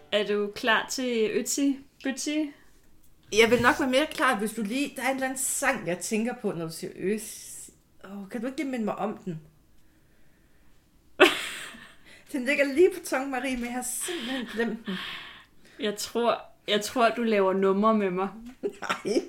Er du klar til Ötzi? Jeg vil nok være mere klar, hvis du lige... Der er en eller anden sang, jeg tænker på, når du siger Øtzi. Kan du ikke lige minde mig om den? Den ligger lige på tungen, Marie, men jeg har simpelthen glemt den. Jeg tror, du laver numre med mig. Nej.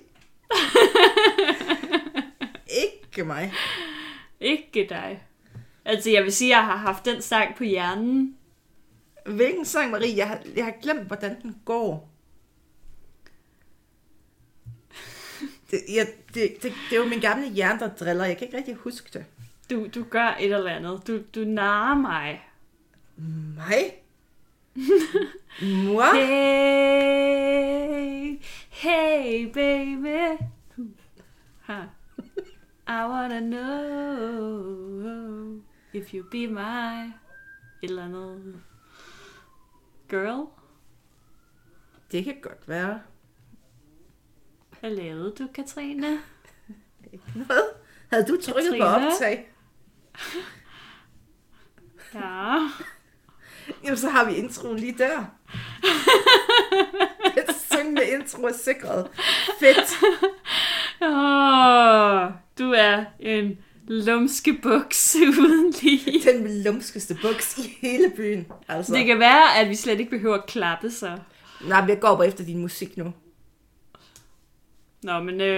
Ikke mig. Ikke dig. Altså, jeg vil sige, at jeg har haft den sang på hjernen. Hvilken sang, Marie? Jeg har glemt, hvordan den går. Det er jo min gamle hjerne, der driller. Jeg kan ikke rigtig huske det. Du gør et eller andet. Du narrer mig. Mig? Moi? Hey, baby. I wanna know if you be my et eller andet girl. Det kan godt være. Hvad lavede du, Katrine? Ikke noget. Havde du trykket på optag? Ja. Jamen, så har vi introen lige der. Et syngende intro er sikret. Fedt. Du er en lumske buks uden lige. Den lumskeste buks i hele byen. Altså. Det kan være, at vi slet ikke behøver at klappe så. Nej, men jeg går bare efter din musik nu. Nå, men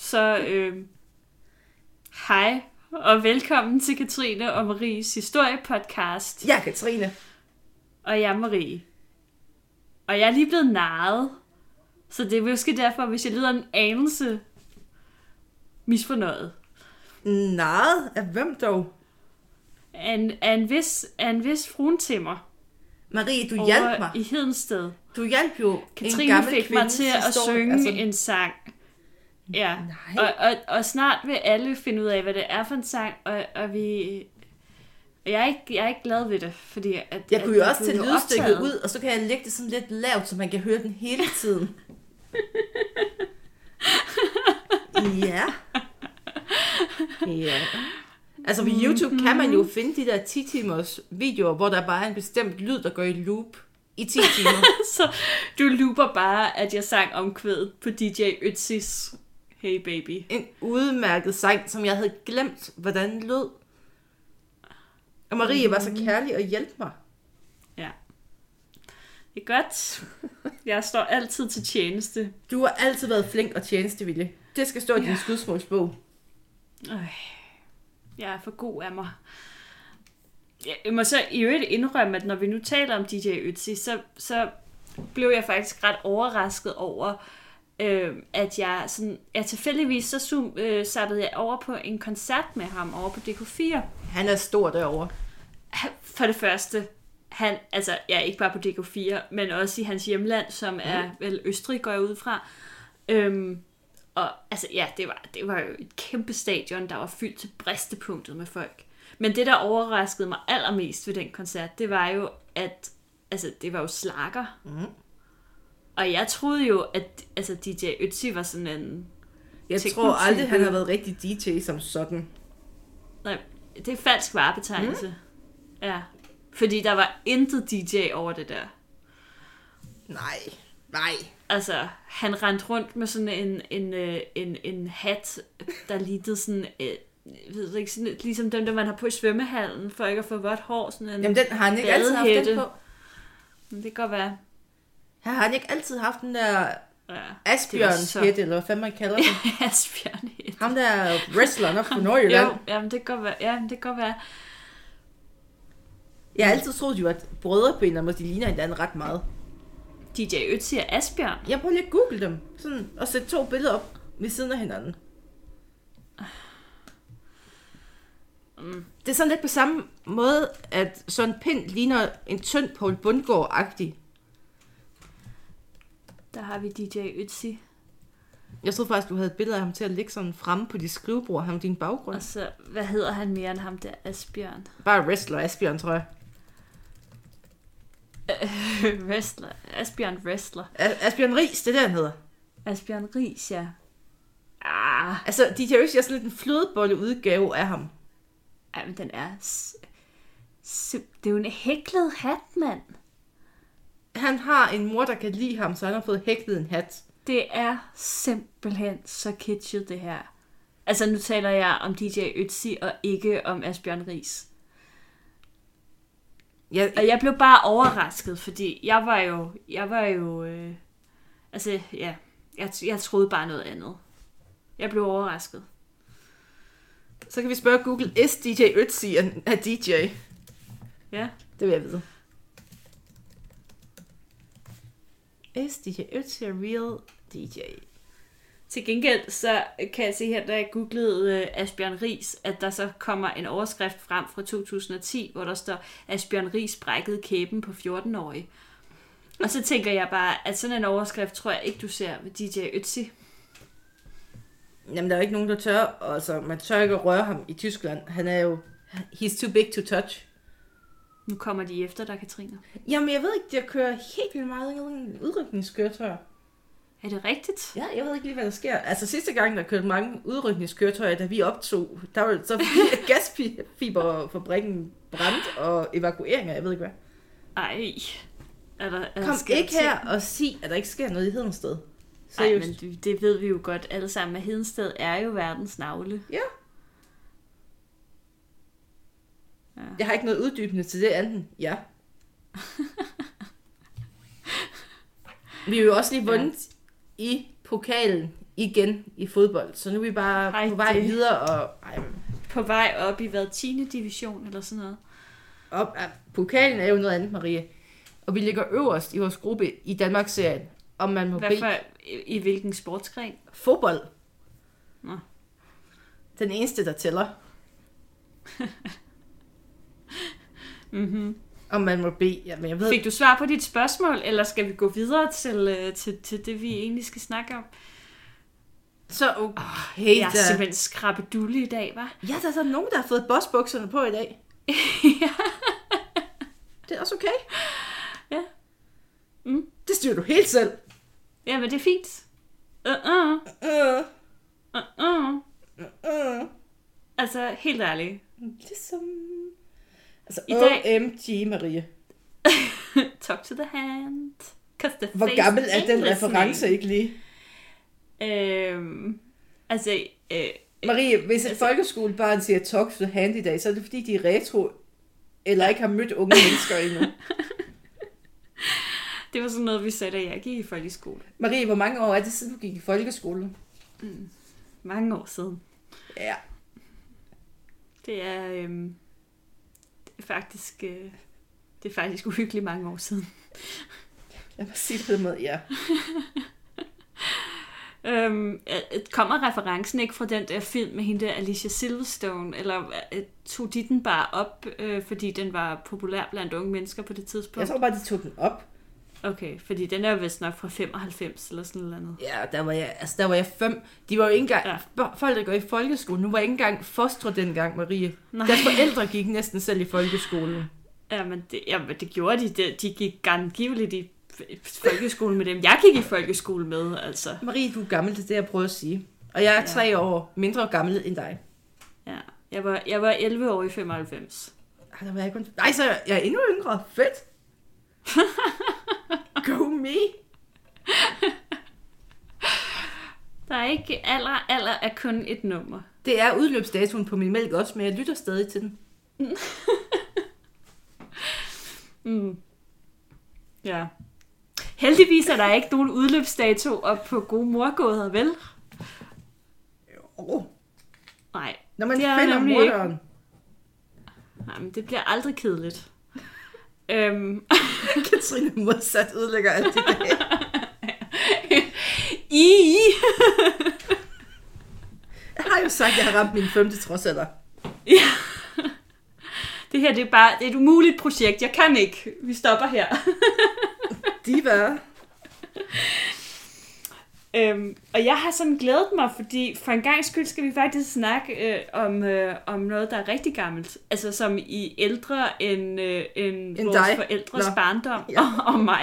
hej og velkommen til Katrine og Maries historiepodcast. Jeg er Katrine. Og jeg er Marie. Og jeg er lige blevet narret. Så det er måske derfor, hvis jeg lyder en anelse misfornøjet. Narret? Af hvem dog? Af en vis fruentimmer. Marie, du hjalp mig. I Hedensted. Du hjalp jo Katrine en gammel fik mig til at synge en sang. Ja, og snart vil alle finde ud af, hvad det er for en sang, og jeg er ikke glad ved det, fordi jeg kunne jo også tage lydstykket ud, og så kan jeg lægge det sådan lidt lavt, så man kan høre den hele tiden. Ja. Altså på YouTube kan man jo finde de der 10 timers videoer, hvor der bare er en bestemt lyd, der går i loop i 10 timer. Så du looper bare, at jeg sang omkvædet på DJ Ötzis Hey Baby. En udmærket sang, som jeg havde glemt, hvordan lød. Og Marie var så kærlig og hjalp mig. Ja. Det er godt. Jeg står altid til tjeneste. Du har altid været flink og tjenestevillig. Det skal stå i din skudsmålsbog. Jeg er for god af mig. Jeg må så i øvrigt indrømme, at når vi nu taler om DJ Ötzi, så blev jeg faktisk ret overrasket over, at jeg tilfældigvis så sappede jeg over på en koncert med ham over på DK4. Han er stor derovre. For det første, ikke bare på DK4, men også i hans hjemland, som er vel Østrig, går jeg ud fra. Og altså ja, det var jo et kæmpe stadion, der var fyldt til bristepunktet med folk. Men det, der overraskede mig allermest ved den koncert, det var jo, at det var jo slager. Og jeg troede jo, at DJ Ötzi var sådan en... Jeg tror aldrig, han har været rigtig DJ som sådan. Nej, det er falsk varebetegnelse. Ja, fordi der var intet DJ over det der. Nej. Altså, han rendte rundt med sådan en hat, der lignede sådan... ved ikke, sådan, ligesom dem, der man har på i svømmehallen, for ikke at få vådt hår. Sådan en jamen, den har han ikke altid haft den på. Men det kan godt være. Har han ikke altid haft den der Asbjørn-hæt, eller hvad fanden man kalder det? Asbjørn-hæt. Ham der wrestleren op på Nordjylland. Jo, jamen, det kan godt være. Ja, det kan godt være. Jeg har altid troet jo, at brødrebenerne, de ligner hinanden ret meget. DJ Ötzi og Asbjørn? Jeg prøver lige at google dem, sådan, og sætte 2 billeder op ved siden af hinanden. Det er sådan lidt på samme måde, at Søren Pind ligner en tynd Poul Bundgaard-agtig. Der har vi DJ Ötzi. Jeg troede faktisk, du havde et billede af ham til at ligge sådan fremme på dit skrivebord, ham din baggrund. Og så, hvad hedder han mere end ham der, Asbjørn? Bare wrestler Asbjørn, tror jeg. Wrestler. Asbjørn Wrestler. Asbjørn Riis, det er det, han hedder. Asbjørn Riis, ja. Altså, DJ Ötzi er sådan lidt en flødebolle udgave af ham. Jamen, den er... det er jo en hæklet hat, mand. han har en mor, der kan lide ham, så han har fået hæklet en hat. Det er simpelthen så kitschet, det her. Altså, nu taler jeg om DJ Ötzi, og ikke om Asbjørn Riis. Og jeg blev bare overrasket, fordi jeg var jo altså, ja, jeg troede bare noget andet. Jeg blev overrasket. Så kan vi spørge Google, is DJ Ötzi a DJ? Ja. Det vil jeg vide. Is DJ Ötzi a real DJ? Til gengæld, så kan jeg se her, da jeg googlede Asbjørn Riis, at der så kommer en overskrift frem fra 2010, hvor der står, Asbjørn Riis brækkede kæben på 14-årige. Og så tænker jeg bare, at sådan en overskrift tror jeg ikke, du ser ved DJ Ötzi. Jamen, der er ikke nogen, der tør. Altså, man tør ikke at røre ham i Tyskland. Han er jo... He's too big to touch. Nu kommer de efter dig, Katrine. Jamen, jeg ved ikke, jeg kører helt vildt meget udrykningskøretøjer. Er det rigtigt? Ja, jeg ved ikke lige, hvad der sker. Altså, sidste gang, der kørte mange udrykningskøretøjer, da vi optog, der var så gasfiberfabrikken brændt og evakueringer, jeg ved ikke hvad. Ej. Kom ikke her og sig, at der ikke sker noget i Hedensted. Nej, men det ved vi jo godt alle sammen, at Hedensted er jo verdens navle. Ja. Jeg har ikke noget uddybende til det andet. Ja. Vi har jo også lige vundet i pokalen igen i fodbold, så nu er vi bare på vej videre. Og på vej op i hvad, 10. division eller sådan noget? Pokalen er jo noget andet, Marie. Og vi ligger øverst i vores gruppe i Danmarksserien. Om man må i hvilken sportsgren? Fodbold. Nå. Den eneste, der tæller. Mm-hmm. Om man må bede. Jamen, jeg ved... Fik du svar på dit spørgsmål, eller skal vi gå videre til det, vi egentlig skal snakke om? Så hey, jeg er simpelthen skrabedullig i dag, hva'? Ja, der er så nogen, der har fået bossbukserne på i dag. Ja. Det er også okay. Ja. Mm. Det styrer du helt selv. Ja, men det er fint. Altså, helt ærligt. Ligesom... Altså, i dag... OMG, Marie. Talk to the hand. Hvor gammel er den reference ikke lige? Altså... Marie, hvis et folkeskolebarn siger talk to the hand i dag, så er det fordi, de er retro, eller ikke har mødt unge mennesker endnu. Det var sådan noget, vi sagde, da jeg gik i folkeskole. Marie, hvor mange år er det siden, du gik i folkeskole? Mange år siden. Ja. Det er faktisk uhyggeligt mange år siden. Lad mig sige det på den måde, ja. Kommer referencen ikke fra den der film med hende der Alicia Silverstone, eller tog de den bare op, fordi den var populær blandt unge mennesker på det tidspunkt? Jeg tror bare, de tog den op. Okay, fordi den er jo vist nok fra 95 eller sådan noget. Ja, der var jeg 5. De var jo ikke engang, folk der går i folkeskolen, nu var jeg ikke engang fostre dengang, Marie. Nej. Deres forældre gik næsten selv i folkeskolen. Jamen, det gjorde de. De gik angiveligt i folkeskole med dem. Jeg gik i folkeskole med, altså. Marie, du er gammel, det er det, jeg prøver at sige. Og jeg er 3 år mindre gammel end dig. Ja, jeg var 11 år i 95. Der var jeg kun... Nej, så jeg er endnu yngre. Fedt. Go me. Der er ikke alder er kun et nummer. Det er udløbsdatoen på min mælk også, men jeg lytter stadig til den. Ja. Heldigvis er der ikke nogen udløbsdato op på gode morgåder, vel? Jo. Nej. Når man finder morderen. Nej, men det bliver aldrig kedeligt. Katrine modsat udlægger alt det der. Jeg har jo sagt, at jeg har ramt min 5. trodsalder. Ja. Det her, det er et umuligt projekt. Jeg kan ikke. Vi stopper her. Diva. Og jeg har sådan glædet mig, fordi for en gang skyld skal vi faktisk snakke om noget, der er rigtig gammelt. Altså som i ældre end vores dig. Forældres barndom og mig.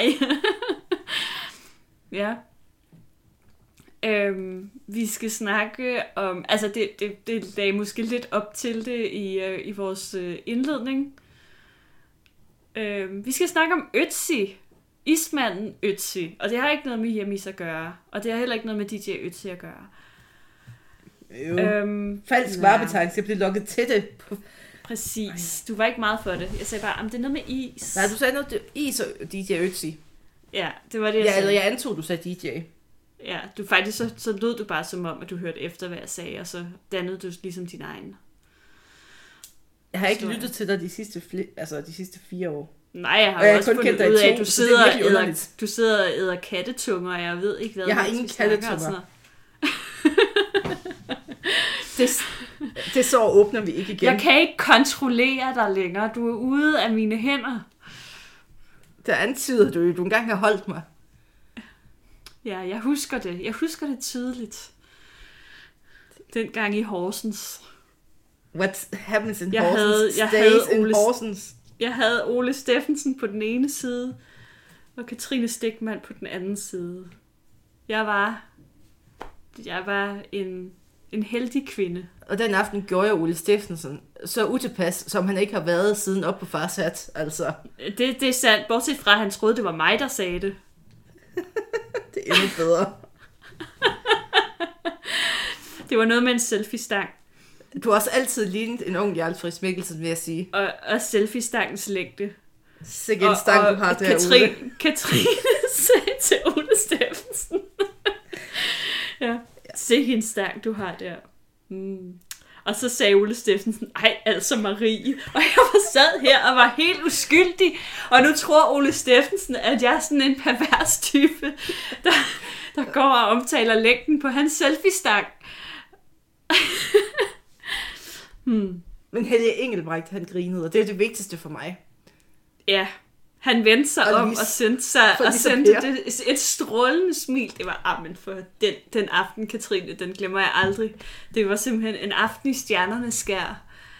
Ja. Vi skal snakke om... Altså det lagde måske lidt op til det i vores indledning. Vi skal snakke om Ötzi. Ismanden Ötzi, og det har ikke noget med Hjemmis at gøre, og det har heller ikke noget med DJ Ötzi at gøre. Falsk varebetegnelse, jeg blev lukket til det. Præcis. Du var ikke meget for det. Jeg sagde bare, det er noget med is. Nej, du sagde noget is og DJ Ötzi. Ja, det var det, jeg sagde. Jeg antog, du sagde DJ. Ja, du faktisk så lød du bare som om, at du hørte efter, hvad jeg sagde, og så dannede du ligesom din egen. Jeg har ikke lyttet til dig de sidste 4 år. Nej, jeg har også fundet ud af, at du sidder og æder kattetunger, og jeg ved ikke, hvad jeg har ingen kattetunger. Det så åbner vi ikke igen. Jeg kan ikke kontrollere dig længere. Du er ude af mine hænder. Der antyder du engang har holdt mig. Ja, jeg husker det. Jeg husker det tydeligt. Dengang i Horsens. What happens in Horsens stays in Horsens. Jeg havde Ole Steffensen på den ene side, og Katrine Stegmann på den anden side. Jeg var en heldig kvinde. Og den aften gjorde jeg Ole Steffensen så utilpas, som han ikke har været siden op på fars hat, altså. Det er sandt, bortset fra, at han troede, det var mig, der sagde det. Det er endnu bedre. Det var noget med en selfie-stang. Du har også altid lignet en ung Jarl Friis Mikkelsen, vil jeg sige. Og selfie-stangens længde. Sikke en stang, du har derude. Katrine sagde til Ole Steffensen. Ja. Se hendes stang, du har der. Og så sagde Ole Steffensen, ej, altså Marie. Og jeg sad her og var helt uskyldig. Og nu tror Ole Steffensen, at jeg er sådan en pervers type, der går og omtaler længden på hans selfie-stang. Men Helge Engelbrecht, han grinede, og det er det vigtigste for mig. Ja, han vendte sig om og sendte det et strålende smil. Det var armen for den aften, Katrine, den glemmer jeg aldrig. Det var simpelthen en aften i stjernernes skær.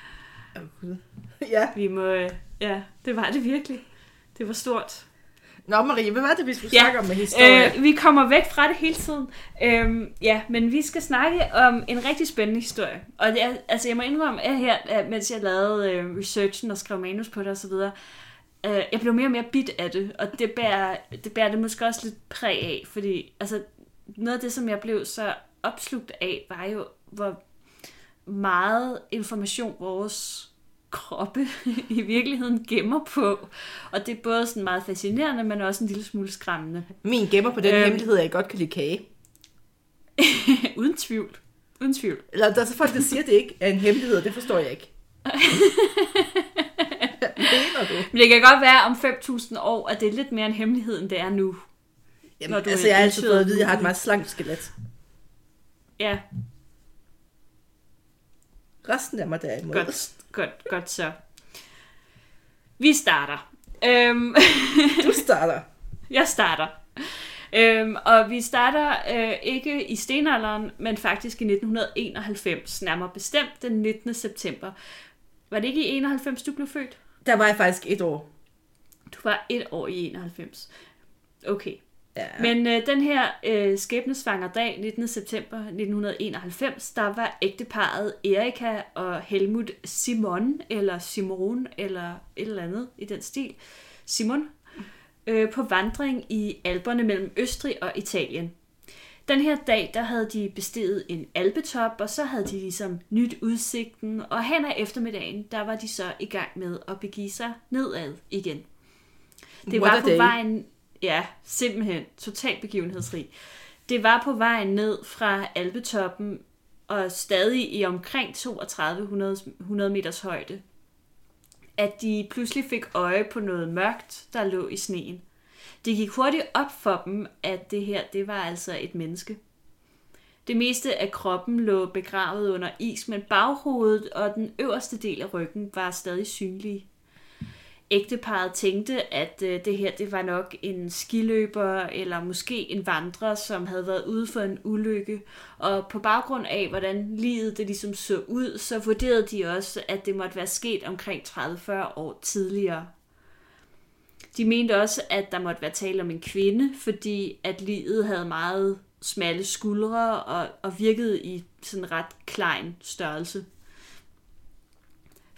Ja. Det var det virkelig. Det var stort. Nå Marie, hvad var det, vi skulle snakke om med historie? Vi kommer væk fra det hele tiden. Men vi skal snakke om en rigtig spændende historie. Og jeg må indrømme, at her, mens jeg lavede researchen og skrev manus på det osv., jeg blev mere og mere bit af det, og det bærer det måske også lidt præg af, fordi altså, noget af det, som jeg blev så opslugt af, var jo, hvor meget information vores kroppe i virkeligheden gemmer på. Og det er både sådan meget fascinerende, men også en lille smule skræmmende. Min gemmer på den hemmelighed, at jeg godt kan lide kage. Uden tvivl. Eller der er så folk, der siger, at det ikke er en hemmelighed, og det forstår jeg ikke. Men det kan godt være om 5.000 år, at det er lidt mere en hemmelighed, end det er nu. Jamen, jeg har altid fået at vide, at jeg har et meget slankt skelet. Ja. Resten af mig derimod. Godt så. Vi starter. Du starter. Jeg starter. Og vi starter ikke i stenalderen, men faktisk i 1991, nærmere bestemt den 19. september. Var det ikke i 91, du blev født? Der var jeg faktisk 1 år. Du var 1 år i 91. Okay. Ja. Men den her skæbnesvanger dag, 19. september 1991, der var ægteparret Erika og Helmut Simon, eller Simon, eller et eller andet i den stil. Simon. På vandring i Alperne mellem Østrig og Italien. Den her dag, der havde de besteget en alpetop, og så havde de ligesom nyt udsigten, og hen ad eftermiddagen, der var de så i gang med at begive sig nedad igen. Det var på vejen, ja, simpelthen totalt begivenhedsrig. Det var på vejen ned fra alpetoppen, og stadig i omkring 3200 meters højde, at de pludselig fik øje på noget mørkt, der lå i sneen. Det gik hurtigt op for dem, at det her, det var altså et menneske. Det meste af kroppen lå begravet under is, men baghovedet og den øverste del af ryggen var stadig synlige. Ægteparret tænkte, at det her, det var nok en skiløber eller måske en vandrer, som havde været ude for en ulykke. Og på baggrund af, hvordan livet det ligesom så ud, så vurderede de også, at det måtte være sket omkring 30-40 år tidligere. De mente også, at der måtte være tale om en kvinde, fordi at liget havde meget smalle skuldre og virkede i sådan en ret klein størrelse.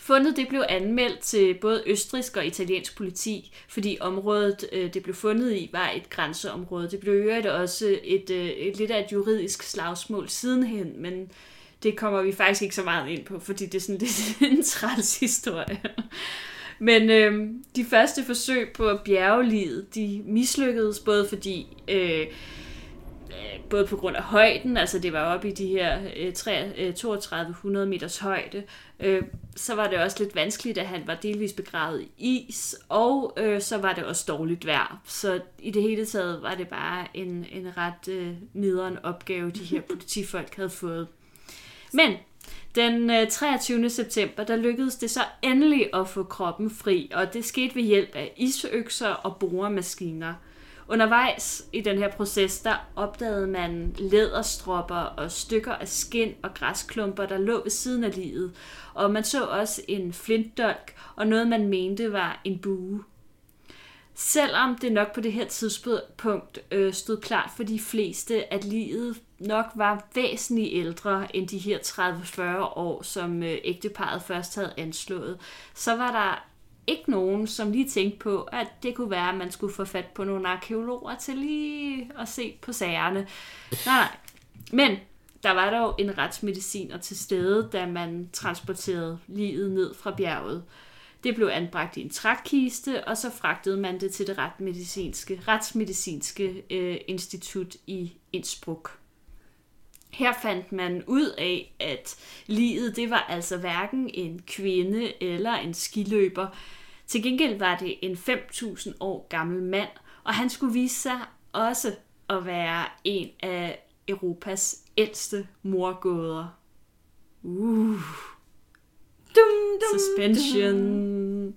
Fundet det blev anmeldt til både østrigsk og italiensk politi, fordi området, det blev fundet i, var et grænseområde. Det blev øvrigt også et lidt af et juridisk slagsmål sidenhen, men det kommer vi faktisk ikke så meget ind på, fordi det er sådan lidt en træls historie. Men de første forsøg på at bjerge liget, de mislykkedes, både fordi... både på grund af højden, altså det var oppe i de her 3200 meters højde, så var det også lidt vanskeligt, at han var delvis begravet i is, og så var det også dårligt vejr. Så i det hele taget var det bare en ret nederen opgave, de her politifolk havde fået. Men den 23. september, der lykkedes det så endelig at få kroppen fri, og det skete ved hjælp af isøkser og boremaskiner. Undervejs i den her proces, der opdagede man læderstropper og stykker af skind og græsklumper, der lå ved siden af liget. Og man så også en flintdolk og noget, man mente var en bue. Selvom det nok på det her tidspunkt stod klart for de fleste, at liget nok var væsentligt ældre end de her 30-40 år, som ægteparret først havde anslået, så var der ikke nogen, som lige tænkte på, at det kunne være, at man skulle få fat på nogle arkæologer til lige at se på sagerne. Nej. Men der var dog en retsmediciner til stede, da man transporterede liget ned fra bjerget. Det blev anbragt i en trækkiste, og så fragtede man det til det retsmedicinske institut i Innsbruck. Her fandt man ud af, at liget, det var altså hverken en kvinde eller en skiløber. Til gengæld var det en 5.000 år gammel mand, og han skulle vise sig også at være en af Europas ældste morgåder. Suspension.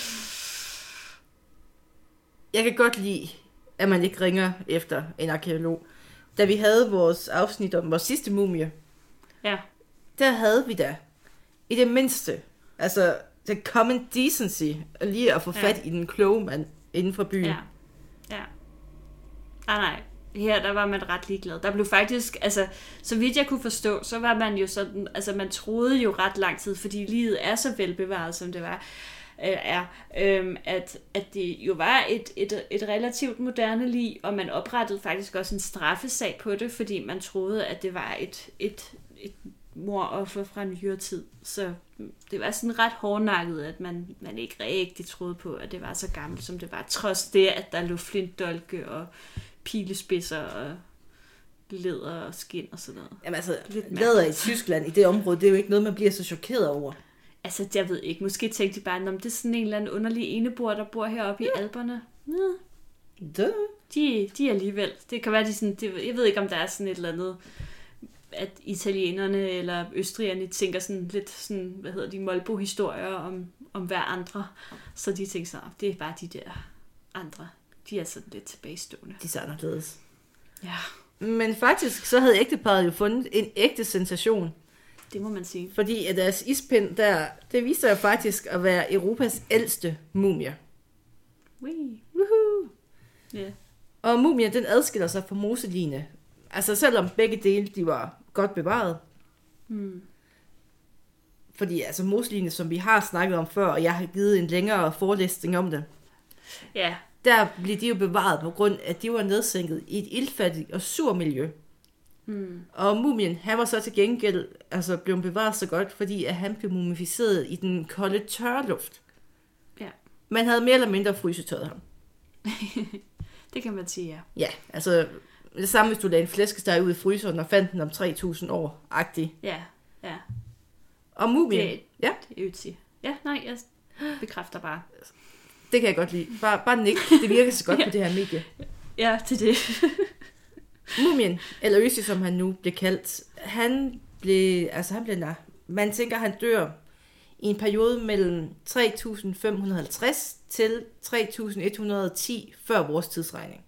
Jeg kan godt lide, at man ikke ringer efter en arkæolog. Da vi havde vores afsnit om vores sidste mumie, der havde vi da i det mindste, altså the common decency, lige at få fat i den kloge mand inden for byen. Ja. Nej. Her der var man ret ligeglad. Der blev faktisk, altså så vidt jeg kunne forstå, så var man jo sådan, altså man troede jo ret lang tid, fordi livet er så velbevaret, som det var, at det jo var et relativt moderne lig, og man oprettede faktisk også en straffesag på det, fordi man troede, at det var et moroffer fra nyere tid. Så det var sådan ret hårdnakket, at man ikke rigtig troede på, at det var så gammelt, som det var, trods det, at der lå flintdolke og pilespidser og læder og skin og sådan noget. Jamen altså, læder i Tyskland, i det område, det er jo ikke noget, man bliver så chokeret over. Altså, jeg ved ikke. Måske tænkte de bare, om det er sådan en eller anden underlig eneboer, der bor heroppe i Alperne. De er alligevel. Det kan være, de sådan... jeg ved ikke, om der er sådan et eller andet, at italienerne eller østrigerne tænker sådan lidt sådan, Molbo-historier om hver andre. Så de tænker sådan, det er bare de der andre. De er sådan lidt tilbagestående. De er så anderledes. Ja. Men faktisk, så havde ægteparret jo fundet en ægte sensation. Det må man sige. Fordi at deres ispind der, det viser sig faktisk at være Europas ældste mumie. Woohoo! Yeah. Og mumien, den adskiller sig fra moseligene. Altså selvom begge dele, de var godt bevaret. Fordi altså moseligene, som vi har snakket om før, og jeg har givet en længere forelæsning om det. Ja. Der blev de jo bevaret på grund af, at de var nedsænket i et iltfattigt og sur miljø. Og mumien, han var så til gengæld blev bevaret så godt, fordi at han blev mumificeret i den kolde tørluft. Ja. Man havde mere eller mindre frysetørret ham. Det kan man sige, ja. Ja, altså det samme, hvis du lagde en flæskesteg ud i fryseren og fandt den om 3.000 år-agtig. Ja. Og mumien... Det er øvrigt. Ja, nej, jeg bekræfter bare. Det kan jeg godt lide. Bare nik. Det virker så godt på det her medie. Ja, til det. Mumien, eller Øsi, som han nu blev kaldt, han blev man tænker, han dør i en periode mellem 3.550 til 3.110 før vores tidsregning.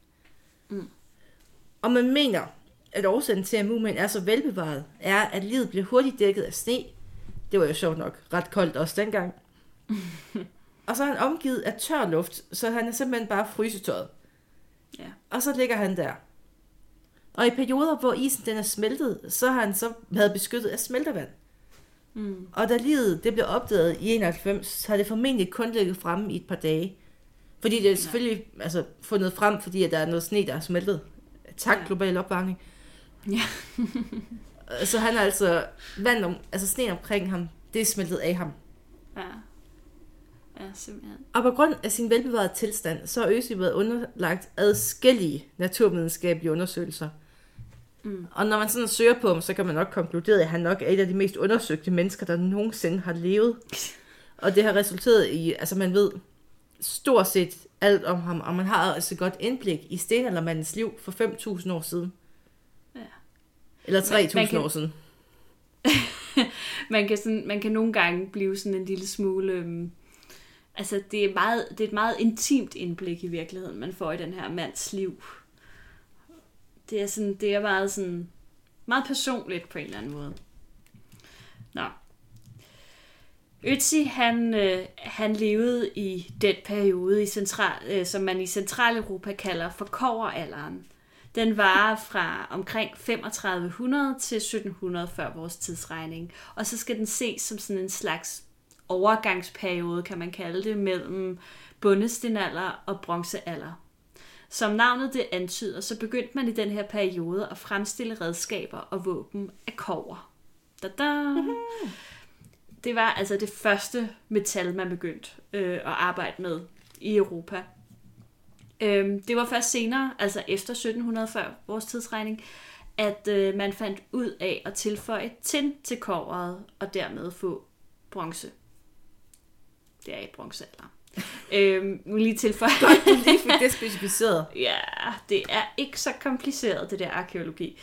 Og man mener, at årsagen til, at mumien er så velbevaret, er, at livet blev hurtigt dækket af sne. Det var jo sjovt nok ret koldt også dengang. Og så er han omgivet af tør luft, så han er simpelthen bare frysetøjet. Ja. Og så ligger han der. Og i perioder, hvor isen den er smeltet, så har han så været beskyttet af smeltervand. Og da livet det blev opdaget i 91, så har det formentlig kun ligget fremme i et par dage. Fordi det er selvfølgelig fundet frem, fordi at der er noget sne, der er smeltet. Tak, global opvarmning. Ja. Så han er altså sneen omkring ham, det er smeltet af ham. Ja. Ja, simpelthen. Og på grund af sin velbevarede tilstand, så har Østrig været underlagt adskillige naturvidenskabelige undersøgelser. Og når man sådan søger på ham, så kan man nok konkludere, at han nok er et af de mest undersøgte mennesker, der nogensinde har levet. Og det har resulteret i, man ved stort set alt om ham, og man har altså godt indblik i stenaldermandens liv for 5.000 år siden. Ja. Eller 3.000 år siden. man kan nogle gange blive sådan en lille smule... det er et meget intimt indblik i virkeligheden, man får i den her mands liv. Det er meget personligt på en eller anden måde. Nå. Ötzi, han levede i den periode, som man i Centraleuropa kalder for kobberalderen. Den varer fra omkring 3500 til 1700 før vores tidsregning. Og så skal den ses som sådan en slags overgangsperiode, kan man kalde det, mellem bondestenalder og bronzealder. Som navnet det antyder, så begyndte man i den her periode at fremstille redskaber og våben af kobber. Det var altså det første metal, man begyndte at arbejde med i Europa. Det var først senere, altså efter 1700 før vores tidsregning, at man fandt ud af at tilføje tin til kobberet og dermed få bronze. Det er i bronzealder. Lige tilføje. Godt, du lige fik det specificeret. Ja, det er ikke så kompliceret, det der arkæologi.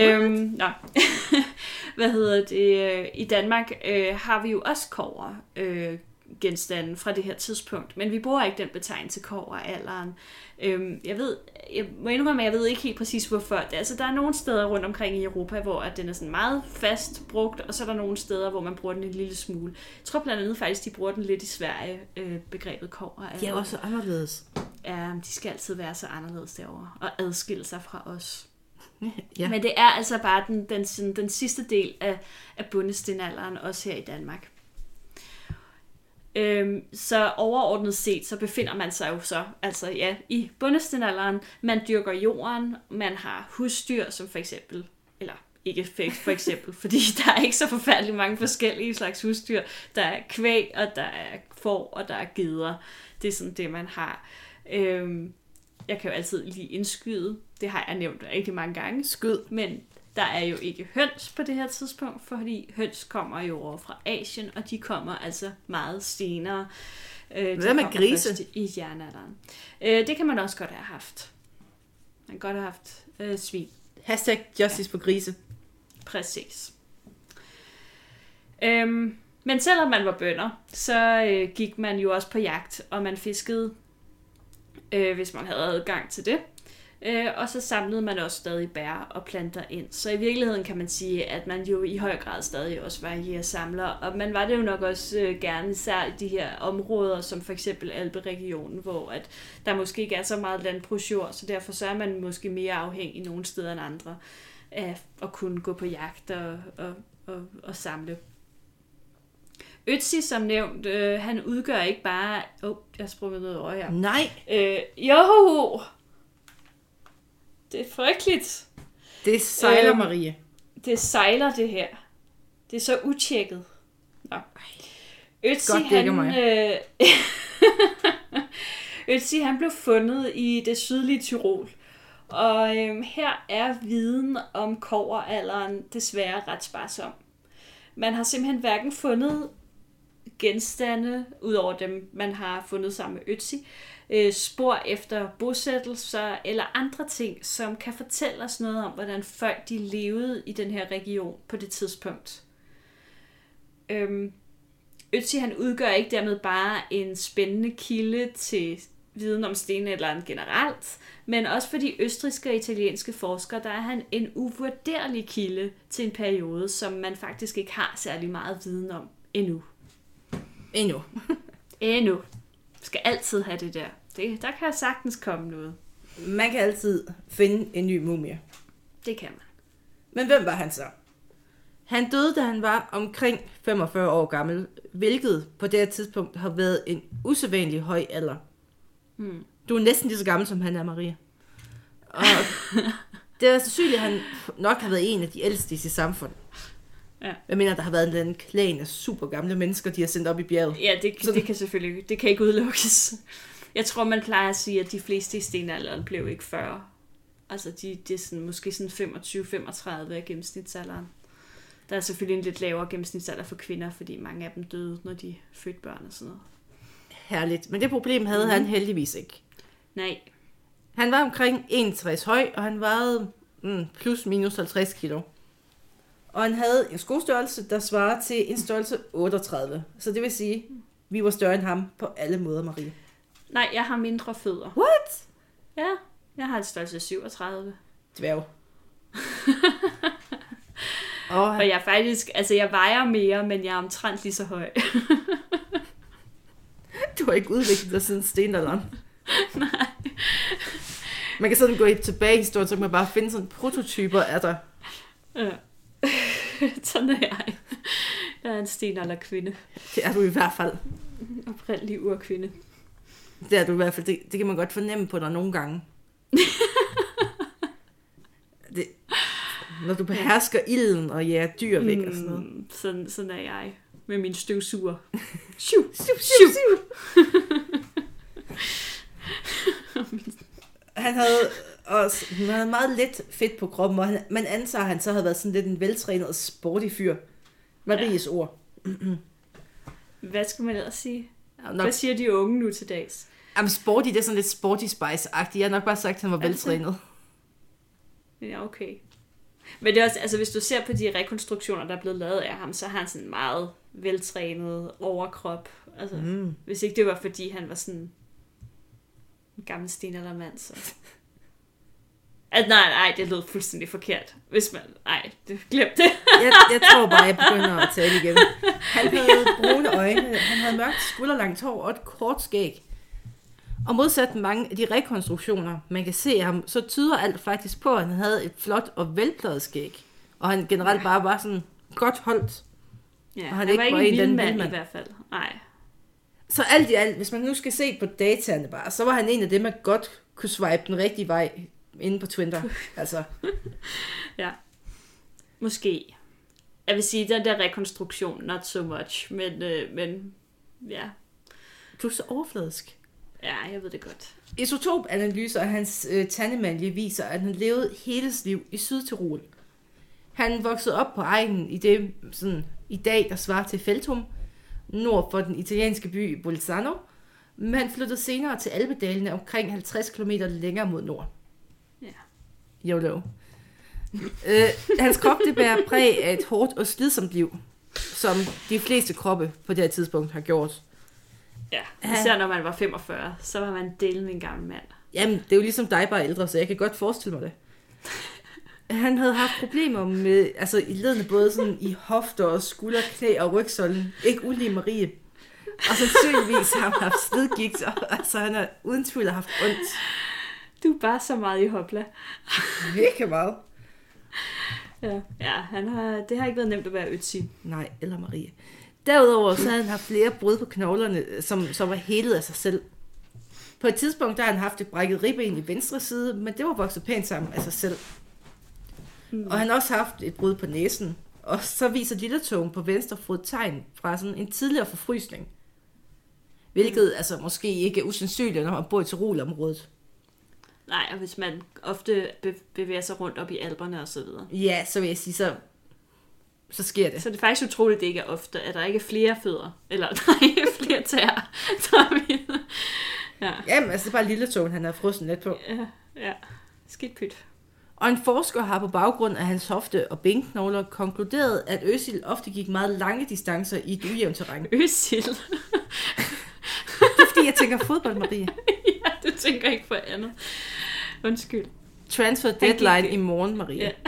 Hvad hedder det? I Danmark har vi jo også kobber genstande fra det her tidspunkt, men vi bruger ikke den betegnelse kobberalderen. Jeg må indrømme, jeg ved ikke helt præcis hvorfor. Der er nogle steder rundt omkring i Europa, hvor at den er sådan meget fast brugt, og så er der nogle steder, hvor man bruger den en lille smule. Jeg tror blandt andet faktisk, de bruger den lidt i Sverige, begrebet kobberalderen. De er også anderledes. Ja, de skal altid være så anderledes derovre, og adskille sig fra os. Ja. Men det er altså bare den sidste del af bondestenalderen, også her i Danmark. Så overordnet set, så befinder man sig jo så i bondestenalderen. Man dyrker jorden, man har husdyr, som for eksempel, eller ikke for eksempel, fordi der er ikke så forfærdeligt mange forskellige slags husdyr. Der er kvæg, og der er får, og der er geder. Det er sådan det, man har. Jeg kan jo altid lige indskyde. Det har jeg nævnt rigtig mange gange. Skyd. Men der er jo ikke høns på det her tidspunkt, fordi høns kommer jo over fra Asien, og de kommer altså meget senere. Hvad med grise? I jernalderen. Det kan man også godt have haft. Man kan godt have haft svin. #justice på grise. Præcis. Men selvom man var bønder, så gik man jo også på jagt, og man fiskede, hvis man havde adgang til det. Og så samlede man også stadig bær og planter ind. Så i virkeligheden kan man sige, at man jo i høj grad stadig også var jægersamler. Og man var det jo nok også gerne, især i de her områder, som for eksempel Alperegionen, hvor at der måske ikke er så meget landbrugsjord, så derfor så er man måske mere afhængig nogle steder end andre af at kunne gå på jagt og samle. Ötzi, som nævnt, han udgør ikke bare... jeg sprunget noget over her. Nej! Jo! Det er frygteligt. Det sejler, Marie. Det sejler, det her. Det er så utjekket. Nå. Ötzi, Ötzi, han blev fundet i det sydlige Tyrol. Og her er viden om kobberalderen desværre ret sparsom. Man har simpelthen hverken fundet genstande, udover dem, man har fundet sammen med Ötzi, spor efter bosættelser eller andre ting, som kan fortælle os noget om, hvordan folk de levede i den her region på det tidspunkt. Ötzi, han udgør ikke dermed bare en spændende kilde til viden om stenalderen generelt, men også for de østrigske og italienske forskere, der er han en uvurderlig kilde til en periode, som man faktisk ikke har særlig meget viden om endnu. Endnu. Skal altid have det der. Der kan sagtens komme noget. Man kan altid finde en ny mumie. Det kan man. Men hvem var han så? Han døde, da han var omkring 45 år gammel, hvilket på det her tidspunkt har været en usædvanlig høj alder. Du er næsten lige så gammel, som han er, Maria. Og det er sandsynligt, at han nok har været en af de ældste i sit samfund. Ja. Jeg mener, der har været en eller anden klan af super gamle mennesker, de har sendt op i bjerget. Ja, det kan selvfølgelig, det kan ikke udelukkes. Jeg tror, man plejer at sige, at de fleste i stenalderen blev ikke 40. Altså, det er sådan, måske sådan 25-35 af gennemsnitsalderen. Der er selvfølgelig en lidt lavere gennemsnitsalder for kvinder, fordi mange af dem døde, når de fødte børn og sådan noget. Herligt. Men det problem havde han heldigvis ikke. Nej. Han var omkring 61 høj, og han vejede plus minus 50 kilo. Og han havde en skostørrelse, der svarer til en størrelse 38. Så det vil sige, vi var større end ham på alle måder, Marie. Nej, jeg har mindre fødder. What? Ja, jeg har en størrelse 37. Dværg. Og jeg faktisk, altså jeg vejer mere, men jeg er omtrent lige så høj. Du har ikke udviklet dig siden stenalderen. Nej. Man kan sådan gå tilbage i historien, så kan man bare finde sådan prototyper af dig. Ja. Sådan er jeg. Jeg er en stenalderkvinde. Det er du i hvert fald. Oprindelig urkvinde. Det er du i hvert fald. Det kan man godt fornemme på dig nogle gange. Når du behersker ilden og jager dyr væk og sådan noget. Sådan er jeg. Med min støvsuger. Siu, siu, siu, siu. Han havde meget let fedt på kroppen, og man antager, at han så havde været sådan lidt en veltrænet sporty fyr. Maries ord. Hvad skal man ellers sige? Nok... Hvad siger de unge nu til dags? Jamen sporty, det er sådan lidt Sporty Spice-agtigt. Jeg har nok bare sagt, at han var veltrænet. Ja, okay. Men det er også, altså hvis du ser på de rekonstruktioner, der er blevet lavet af ham, så har han sådan en meget veltrænet overkrop. Altså, hvis ikke det var, fordi han var sådan en gammel stenaldermand, så... Nej, det lød fuldstændig forkert. Hvis man... Nej, glem det. jeg tror bare, jeg begynder at tale igen. Han havde brune øjne, han havde mørkt skulderlangt hår og et kort skæg. Og modsat mange af de rekonstruktioner, man kan se ham, så tyder alt faktisk på, at han havde et flot og velpløjet skæg. Og han generelt bare var sådan godt holdt. Ja, og han var ikke en vild mand i hvert fald. Nej. Så alt i alt, hvis man nu skal se på dataene bare, så var han en af dem, man godt kunne swipe den rigtige vej inde på Twitter. Altså. Ja. Måske. Jeg vil sige, den der rekonstruktion, not so much, men ja. Du er så overfladisk. Ja, jeg ved det godt. Isotopanalyser af hans tandemalje viser, at han levede hele sit liv i Sydtirol. Han voksede op på egnen i det, sådan, i dag, der svarer til Feltum, nord for den italienske by Bolzano, men han flyttede senere til Alpedalene omkring 50 km længere mod nord. Ja. YOLO. Hans krop, det bærer præg af et hårdt og slidsomt liv, som de fleste kroppe på det her tidspunkt har gjort. Ja, især når man var 45, så var man delen med en gammel mand. Jamen, det er jo ligesom dig, bare ældre, så jeg kan godt forestille mig det. Han havde haft problemer med, altså i ledene både sådan i hofter og skulder, knæ og rygsøjlen. Ikke ulige Marie. Og sandsynligvis har han haft slidgigt, og altså han har uden tvivl haft ondt. Du er bare så meget i hopla. Virkelig meget. Ja, det har ikke været nemt at være Ötzi. Nej, eller Marie. Derudover så havde han haft flere brud på knoglerne, som var helet af sig selv. På et tidspunkt der har han haft et brækket ribben i venstre side, men det var vokset pænt sammen af sig selv. Og han har også haft et brud på næsen. Og så viser lilletungen på venstre fod tegn fra sådan en tidligere forfrysning. Hvilket altså måske ikke er usandsynligt, når man bor i Tyrol-området. Nej, og hvis man ofte bevæger sig rundt op i Alperne og så videre. Ja, så vil jeg sige, så sker det. Så det er faktisk utroligt, at det ikke er ofte, at der ikke er flere fødder. Eller der er ikke flere tæer. Ja. Jamen, altså det er bare lilletungen, han har frossen lidt på. Ja. Skidt pyt. Og en forsker har på baggrund af hans hofte- og benknogler konkluderet, at Özil ofte gik meget lange distancer i et ujævnt terræn. Özil? Det er fordi, jeg tænker fodbold, Marie. Ja, du tænker ikke på andet. Undskyld. Transfer deadline i morgen, Marie. Ja.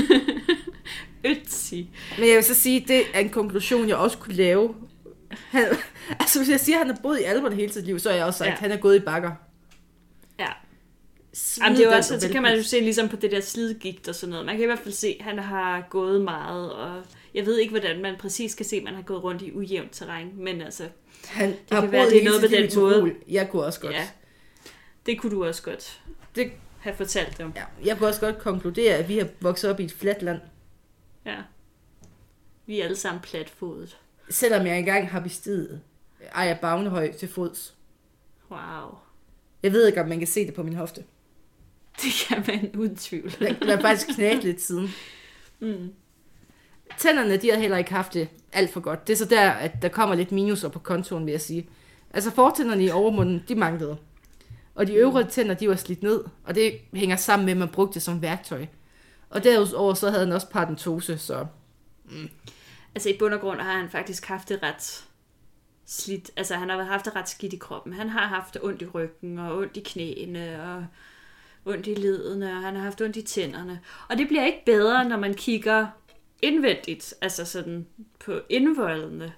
Ötzi. Men jeg vil så sige, det er en konklusion, jeg også kunne lave. Altså, hvis jeg siger, at han har boet i Alperne hele sit liv, så har jeg også sagt, at han er gået i bakker. Ja. Jamen, det er også, så kan man jo se ligesom på det der slidgigt og sådan noget. Man kan i hvert fald se, at han har gået meget, og Jeg ved ikke, hvordan man præcis kan se, at man har gået rundt i ujævnt terræn, men altså... Han har boet det er noget på den måde. Jeg kunne også godt. Ja, det kunne du også godt have fortalt dem. Ja, jeg kunne også godt konkludere, at vi har vokset op i et fladt land. Ja. Vi er alle sammen platfodet. Selvom jeg engang har bestiget Ejer Bavnehøj til fods. Wow. Jeg ved ikke, om man kan se det på min hofte. Det kan man uden tvivl. Der er faktisk knægt lidt siden. Tænderne, de har heller ikke haft det alt for godt. Det er så der, at der kommer lidt minuser på kontoen, vil jeg sige. Altså fortænderne i overmunden, de manglede. Og de øvre tænder, de var slidt ned. Og det hænger sammen med, at man brugte det som værktøj. Og derudover så havde han også paradentose, så... Altså i bund og grund har han faktisk haft det ret slidt. Altså han har haft det ret skidt i kroppen. Han har haft ondt i ryggen, og ondt i knæene, og ondt i ledene, og han har haft ondt i tænderne. Og det bliver ikke bedre, når man kigger indvendigt, altså sådan på indvoldene.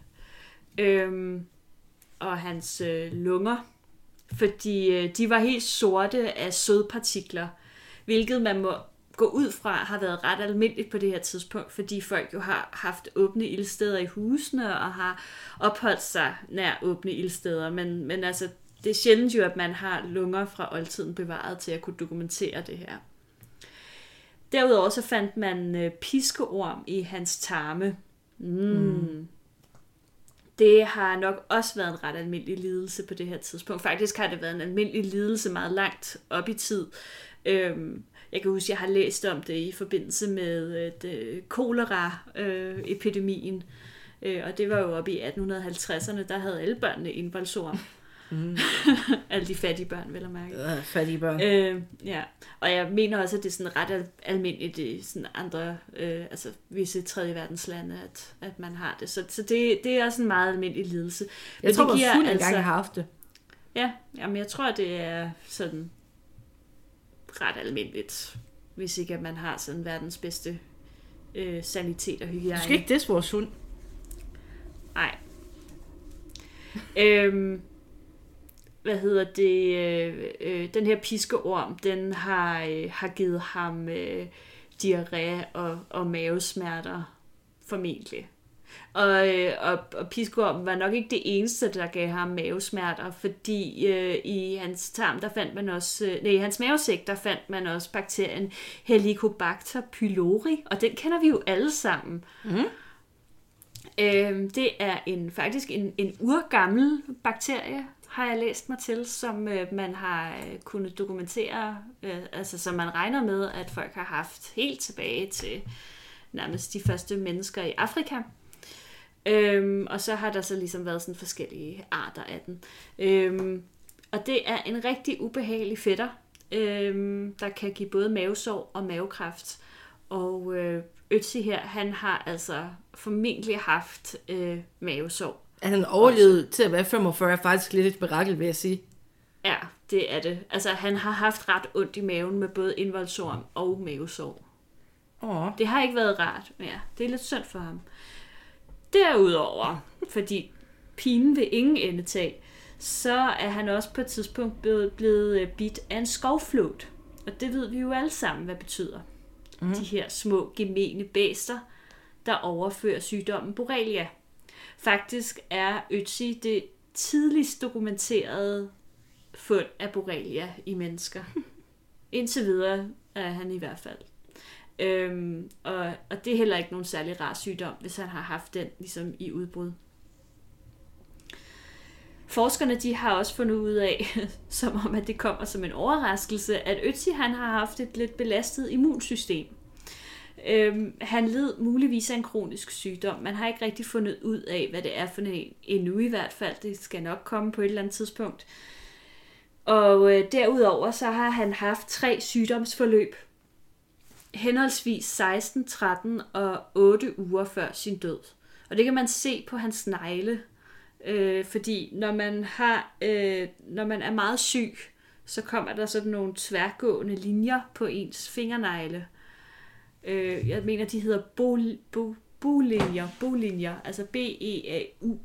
Og hans lunger, fordi de var helt sorte af sødpartikler, hvilket man må gå ud fra har været ret almindeligt på det her tidspunkt, fordi folk jo har haft åbne ildsteder i husene og har opholdt sig nær åbne ildsteder, men altså det er sjældent jo, at man har lunger fra oldtiden bevaret til at kunne dokumentere det her. Derudover så fandt man piskeorm i hans tarme. Det har nok også været en ret almindelig lidelse på det her tidspunkt. Faktisk har det været en almindelig lidelse meget langt op i tid. Jeg kan huske, at jeg har læst om det i forbindelse med kolera-epidemien. Og det var jo oppe i 1850'erne, der havde alle børnene indvoldsorm. Alle de fattige børn, vel at mærke. Fattige børn. Ja. Og jeg mener også, at det er sådan ret almindeligt i sådan andre, altså visse tredje verdenslande, at man har det. Så det er også en meget almindelig lidelse. Jeg tror, at fuld engang har haft det. Ja, jamen jeg tror, det er sådan ret almindeligt, hvis ikke at man har sådan verdens bedste sanitet og hygiejne. Du skal ikke disse vores hund. Nej. Hvad hedder det? Den her piskeorm, den har givet ham diarré og mavesmerter, formentlig. Og piskeormen var nok ikke det eneste, der gav ham mavesmerter, fordi i hans tarm, der fandt man også, i hans mavesæk, der fandt man også bakterien Helicobacter pylori, og den kender vi jo alle sammen. Det er faktisk en urgammel bakterie, har jeg læst mig til, som man har kunnet dokumentere, altså som man regner med, at folk har haft helt tilbage til nærmest de første mennesker i Afrika. Og så har der så ligesom været sådan forskellige arter af den. Og det er en rigtig ubehagelig fætter, der kan give både mavesår og mavekræft. Og Ötzi her, han har altså formentlig haft mavesår. At han overlevede til at være 45 er faktisk lidt et mirakel, vil jeg sige. Ja, det er det. Altså, han har haft ret ondt i maven med både indvoldsorm og mavesår. Det har ikke været rart, men ja, det er lidt synd for ham. Derudover, fordi pinen vil ingen ende tage, så er han også på et tidspunkt blevet bidt af en skovflod. Og det ved vi jo alle sammen, hvad betyder. De her små, gemene bæster, der overfører sygdommen Borrelia. Faktisk er Ötzi det tidligst dokumenterede fund af Borrelia i mennesker. Indtil videre er han i hvert fald. Og det er heller ikke nogen særlig rar sygdom, hvis han har haft den ligesom i udbrud. Forskerne de har også fundet ud af, som om at det kommer som en overraskelse, at Ötzi han har haft et lidt belastet immunsystem. Han led muligvis af en kronisk sygdom. Man har ikke rigtig fundet ud af, hvad det er for en endnu i hvert fald. Det skal nok komme på et eller andet tidspunkt. Og derudover så har han haft 3 sygdomsforløb. Henholdsvis 16, 13 og 8 uger før sin død. Og det kan man se på hans negle. Fordi når man er meget syg, så kommer der sådan nogle tværgående linjer på ens fingernegle. Jeg mener, de hedder bolinjer, altså B-E-A-U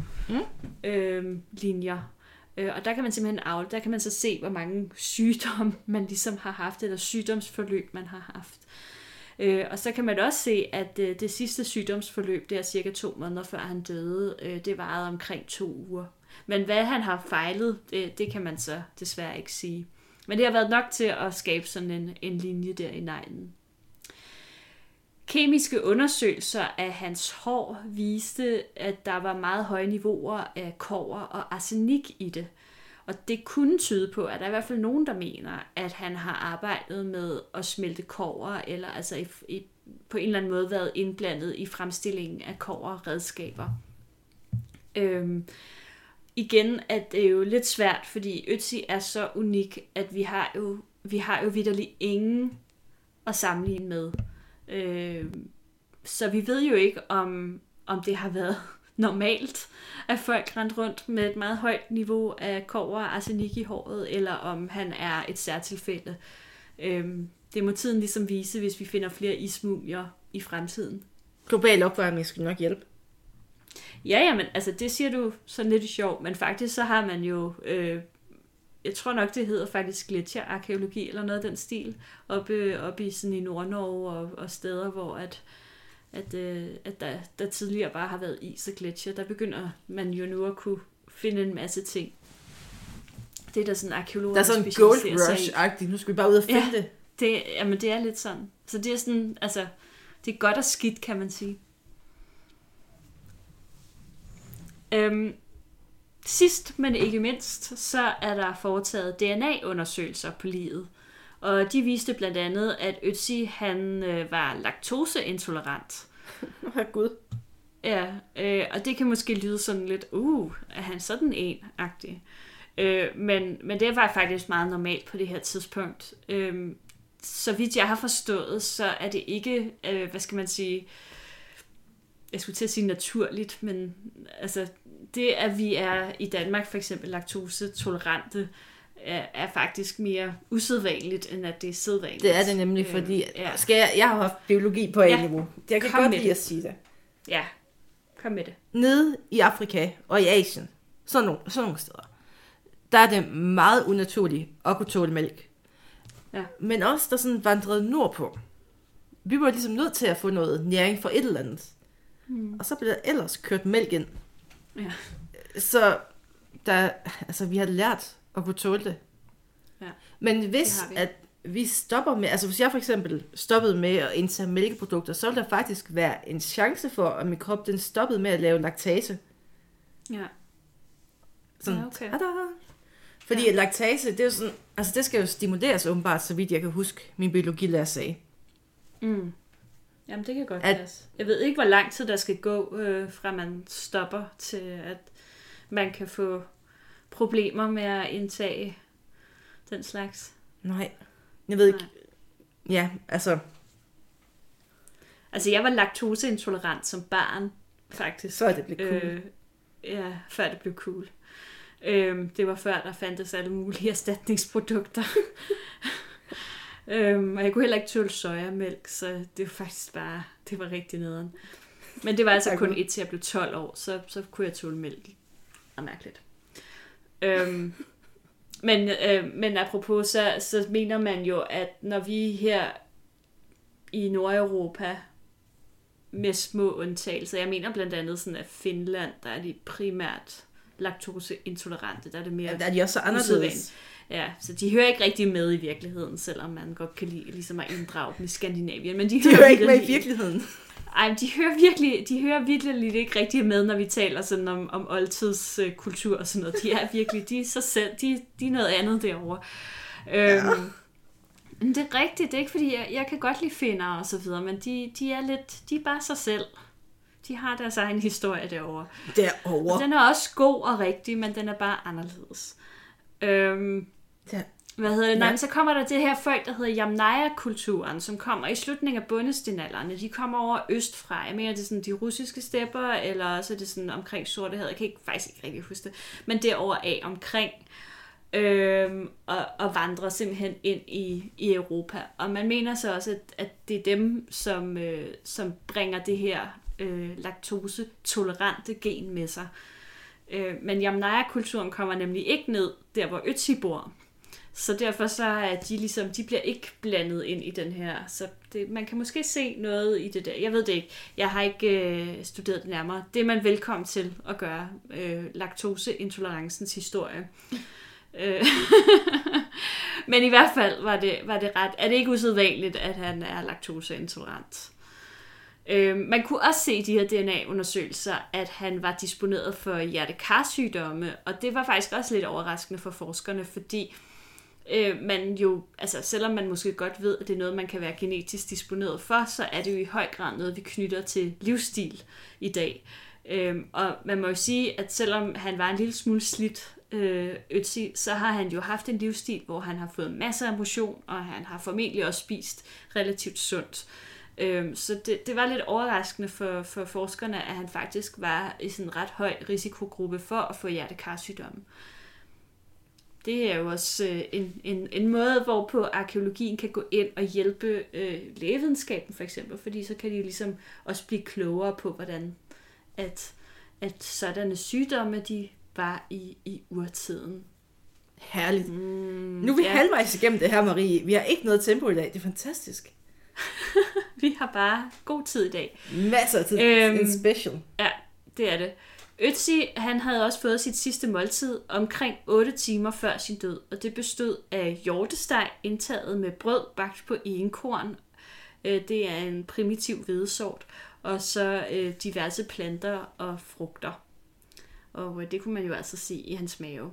linjer. Og der kan man simpelthen der kan man så se, hvor mange sygdomme man ligesom har haft, eller sygdomsforløb man har haft. Og så kan man også se, at det sidste sygdomsforløb, det er cirka 2 måneder før han døde, det varede omkring 2 uger. Men hvad han har fejlet, det kan man så desværre ikke sige. Men det har været nok til at skabe sådan en linje der i neglen. Kemiske undersøgelser af hans hår viste, at der var meget høje niveauer af kobber og arsenik i det. Og det kunne tyde på, at der er i hvert fald nogen, der mener, at han har arbejdet med at smelte kobber, eller altså på en eller anden måde været indblandet i fremstillingen af kobberredskaber. Igen er det jo lidt svært, fordi Ötzi er så unik, at vi har jo vitterligt ingen at sammenligne med. Så vi ved jo ikke, om det har været normalt, at folk rendte rundt med et meget højt niveau af kobber og arsenik i håret, eller om han er et særtilfælde. Det må tiden ligesom vise, hvis vi finder flere ismumier i fremtiden. Global opvarmning skal nok hjælpe. Ja, men altså det siger du sådan lidt sjovt, men faktisk så har man jo, jeg tror nok det hedder faktisk gletsjerarkæologi eller noget af den stil, oppe i sådan i Nordnorge og steder, hvor at der tidligere bare har været is og gletsjer, der begynder man jo nu at kunne finde en masse ting. Det er der sådan arkeologer, der er sådan en gold rush-agtigt, nu skal vi bare ud og finde det. Jamen det er lidt sådan. Så det er sådan, altså, det er godt og skidt, kan man sige. Sidst, men ikke mindst, så er der foretaget DNA-undersøgelser på liget. Og de viste blandt andet, at Ötzi, han var laktoseintolerant. Gud. Ja, og det kan måske lyde sådan lidt, er han sådan en-agtig? Men det var faktisk meget normalt på det her tidspunkt. Så vidt jeg har forstået, så er det ikke, hvad skal man sige, jeg skulle til at sige naturligt, men altså det, at vi er i Danmark for eksempel laktosetolerante, er faktisk mere usædvanligt, end at det er sædvanligt. Det er det nemlig, fordi jeg har haft biologi på A-niveau. Jeg kan godt lide at sige det. Ja, kom med det. Nede i Afrika og i Asien, sådan nogle steder, der er det meget unaturligt at kunne tåle mælk. Ja. Men også der sådan vandrede nordpå. Vi var ligesom nødt til at få noget næring for et eller andet. Og så blev der ellers kørt mælk ind. Ja. Så vi har lært at kunne tåle det. Ja. Men hvis at vi stopper med, altså hvis jeg for eksempel stoppede med at indtage mælkeprodukter, så ville der faktisk være en chance for, at min krop den stoppede med at lave laktase. Ja. Sådan, ja, okay. Fordi laktase, det er jo sådan, altså det skal jo stimuleres åbenbart, så vidt jeg kan huske, min biologilærer sagde. Jamen det kan godt passe. Jeg ved ikke, hvor lang tid der skal gå, fra man stopper til, at man kan få problemer med at indtage den slags. Nej, jeg ved ikke. Ja, altså. Altså jeg var laktoseintolerant som barn, faktisk. Før det blev cool. Før det blev cool. Det var før, der fandtes alle mulige erstatningsprodukter. Og jeg kunne heller ikke tåle sojamælk, så det var faktisk bare, det var rigtig nederen. Men det var altså kun til jeg blev 12 år, så kunne jeg tåle mælk. Det var mærkeligt. Men apropos, så mener man jo, at når vi her i Nordeuropa, med små undtagelser, jeg mener blandt andet sådan, at Finland, der er de primært laktoseintolerante, der er det mere. Ja, der er de også så anderledes. Ja, så de hører ikke rigtig med i virkeligheden, selvom man godt kan lide ligesom at inddrage dem i Skandinavien. Men de hører ikke med i virkeligheden. Ej, de hører virkelig ikke rigtig med, når vi taler sådan om oldtidskultur og sådan noget. De er virkelig, de er så selv, de er noget andet derovre. Men det er rigtigt, det er ikke fordi, jeg kan godt lide finner og så videre, men de er bare sig selv. De har deres egen historie derovre. Derovre. Og den er også god og rigtig, men den er bare anderledes. Nej, så kommer der det her folk, der hedder Yamnaya-kulturen, som kommer i slutningen af bondestenalderne. De kommer over østfra. Jeg mener, det er sådan de russiske stepper, eller så er det sådan omkring Sortehavet. Jeg kan faktisk ikke rigtig huske det. Men derover af omkring og vandrer simpelthen ind i Europa. Og man mener så også, at det er dem, som bringer det her laktose-tolerante gen med sig. Men Yamnaya-kulturen kommer nemlig ikke ned der, hvor Ötzi bor. Så derfor så er de ligesom, de bliver ikke blandet ind i den her. Så man kan måske se noget i det der. Jeg ved det ikke. Jeg har ikke studeret det nærmere. Det er man velkommen til at gøre. Laktoseintolerencens historie. Men i hvert fald var det ret. Er det ikke usædvanligt, at han er laktoseintolerant? Man kunne også se i de her DNA-undersøgelser, at han var disponeret for hjertekarsygdomme, og det var faktisk også lidt overraskende for forskerne, fordi man jo, altså selvom man måske godt ved, at det er noget, man kan være genetisk disponeret for, så er det jo i høj grad noget, vi knytter til livsstil i dag. Og man må jo sige, at selvom han var en lille smule slidt, Ötzi, så har han jo haft en livsstil, hvor han har fået masser af motion, og han har formentlig også spist relativt sundt. Så det var lidt overraskende for forskerne, at han faktisk var i sådan en ret høj risikogruppe for at få hjertekarsygdomme. Det er jo også en måde, hvorpå arkæologien kan gå ind og hjælpe lægevidenskaben for eksempel, fordi så kan de ligesom også blive klogere på, hvordan at sådanne sygdomme, de var i urtiden. Herligt. Nu er vi halvvejs igennem det her, Marie. Vi har ikke noget tempo i dag. Det er fantastisk. Vi har bare god tid i dag. Masser af tid. En special. Ja, det er det. Ötzi, han havde også fået sit sidste måltid omkring 8 timer før sin død, og det bestod af hjortesteg indtaget med brød bagt på enkorn. Det er en primitiv hvedesort, og så diverse planter og frugter. Og det kunne man jo altså se i hans mave.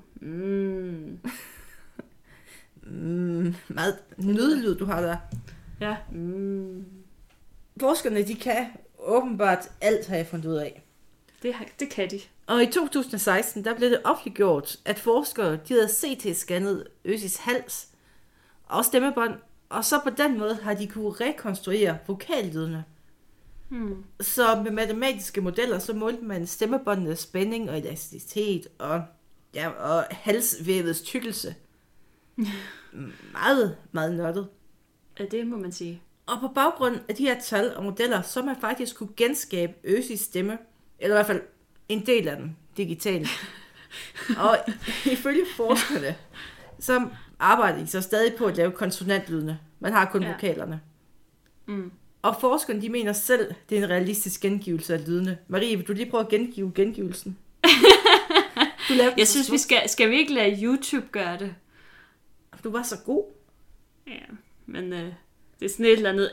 Meget nødlyd, du har der. Ja. Forskerne, de kan åbenbart alt, har jeg fundet ud af. Det kan de. Og i 2016, der blev det offentliggjort, at forskere, de havde CT-scannet Ötzis hals og stemmebånd, og så på den måde har de kunne rekonstruere vokallydene. Så med matematiske modeller, så målte man stemmebåndenes spænding og elasticitet og halsvævets tykkelse. Meget, meget nørdet. Ja, det må man sige. Og på baggrund af de her tal og modeller, så man faktisk kunne genskabe Ötzis stemme, eller i hvert fald en del af den digitalt. Og ifølge forskerne, så arbejder de så stadig på at lave konsonantlydene. Man har kun vokalerne. Og forskerne, de mener selv, det er en realistisk gengivelse af lydene. Marie, vil du lige prøve at gengive gengivelsen? Jeg synes, vi skal vi ikke lade YouTube gøre det? Du var så god. Ja, men det er sådan et eller andet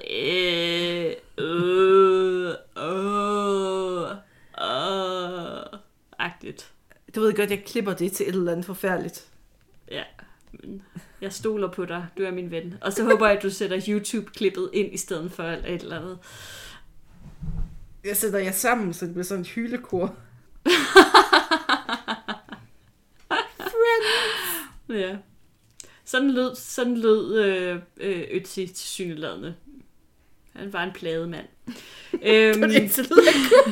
agtigt. Du ved godt, jeg klipper det til et eller andet forfærdeligt. Ja, men jeg stoler på dig. Du er min ven. Og så håber jeg, at du sætter YouTube-klippet ind i stedet for et eller andet. Jeg sætter jer sammen, så det bliver sådan en hylekor. Ja. Sådan lød Ötzi tilsyneladende. Han var en plademand. Det var ikke så lyder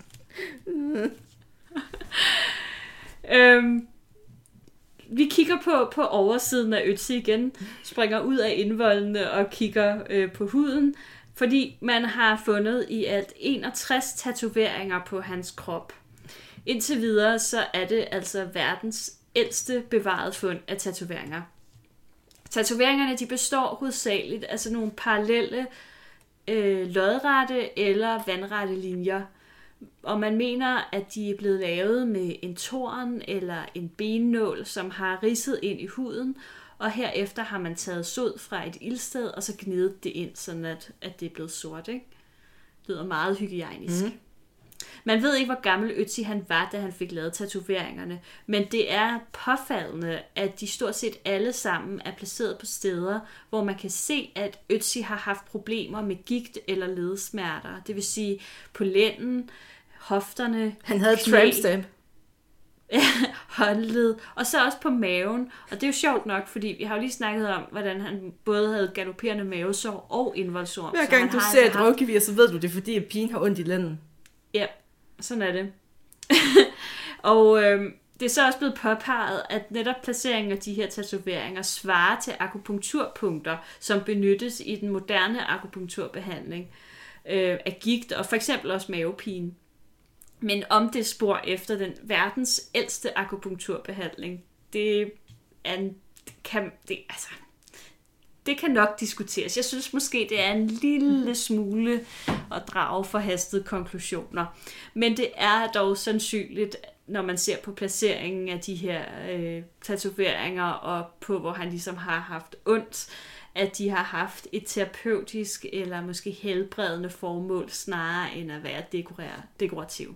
Vi kigger på oversiden af Ötzi igen, springer ud af indvoldene og kigger på huden, fordi man har fundet i alt 61 tatoveringer på hans krop. Indtil videre så er det altså verdens ældste bevarede fund af tatoveringer. Tatoveringerne, de består hovedsageligt af sådan nogle parallelle lodrette eller vandrette linjer. Og man mener, at de er blevet lavet med en torn eller en bennål, som har ridset ind i huden, og herefter har man taget sod fra et ildsted, og så gnidet det ind, sådan at det er blevet sort, ikke? Det lyder meget hygiejnisk. Man ved ikke, hvor gammel Ötzi han var, da han fik lavet tatoveringerne, men det er påfaldende, at de stort set alle sammen er placeret på steder, hvor man kan se, at Ötzi har haft problemer med gigt eller ledsmerter. Det vil sige på lænden, hofterne, han havde tramp-stamp. håndled, og så også på maven. Og det er jo sjovt nok, fordi vi har jo lige snakket om, hvordan han både havde galopperende mavesår og indvoldsorm. Hver gang du ser et drøvgevir, så ved du det, fordi pigen har ondt i lænden. Ja, sådan er det. Og det er så også blevet påpeget, at netop placeringen af de her tatoveringer svarer til akupunkturpunkter, som benyttes i den moderne akupunkturbehandling af gigt og for eksempel også mavepine. Men om det spor efter den verdens ældste akupunkturbehandling, det er en det kan nok diskuteres. Jeg synes måske, det er en lille smule at drage forhastede konklusioner. Men det er dog sandsynligt, når man ser på placeringen af de her tatoveringer, og på hvor han ligesom har haft ondt, at de har haft et terapeutisk eller måske helbredende formål, snarere end at være dekorativ.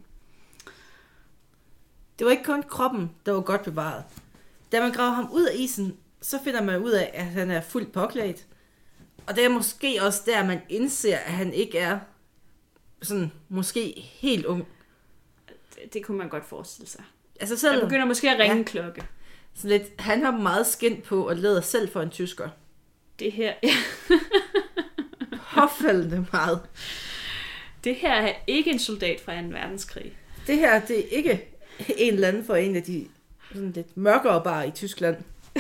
Det var ikke kun kroppen, der var godt bevaret. Da man graver ham ud af isen, så finder man ud af, at han er fuldt påklædt. Og det er måske også der, man indser, at han ikke er sådan måske helt ung. Det kunne man godt forestille sig. Altså selv, jeg begynder måske at ringe en klokke. Så lidt, han har meget skind på og leder selv for en tysker. Det her, ja. Påfaldende meget. Det her er ikke en soldat fra 2. verdenskrig. Det her, det er ikke en eller anden for en af de sådan lidt mørkere barer i Tyskland.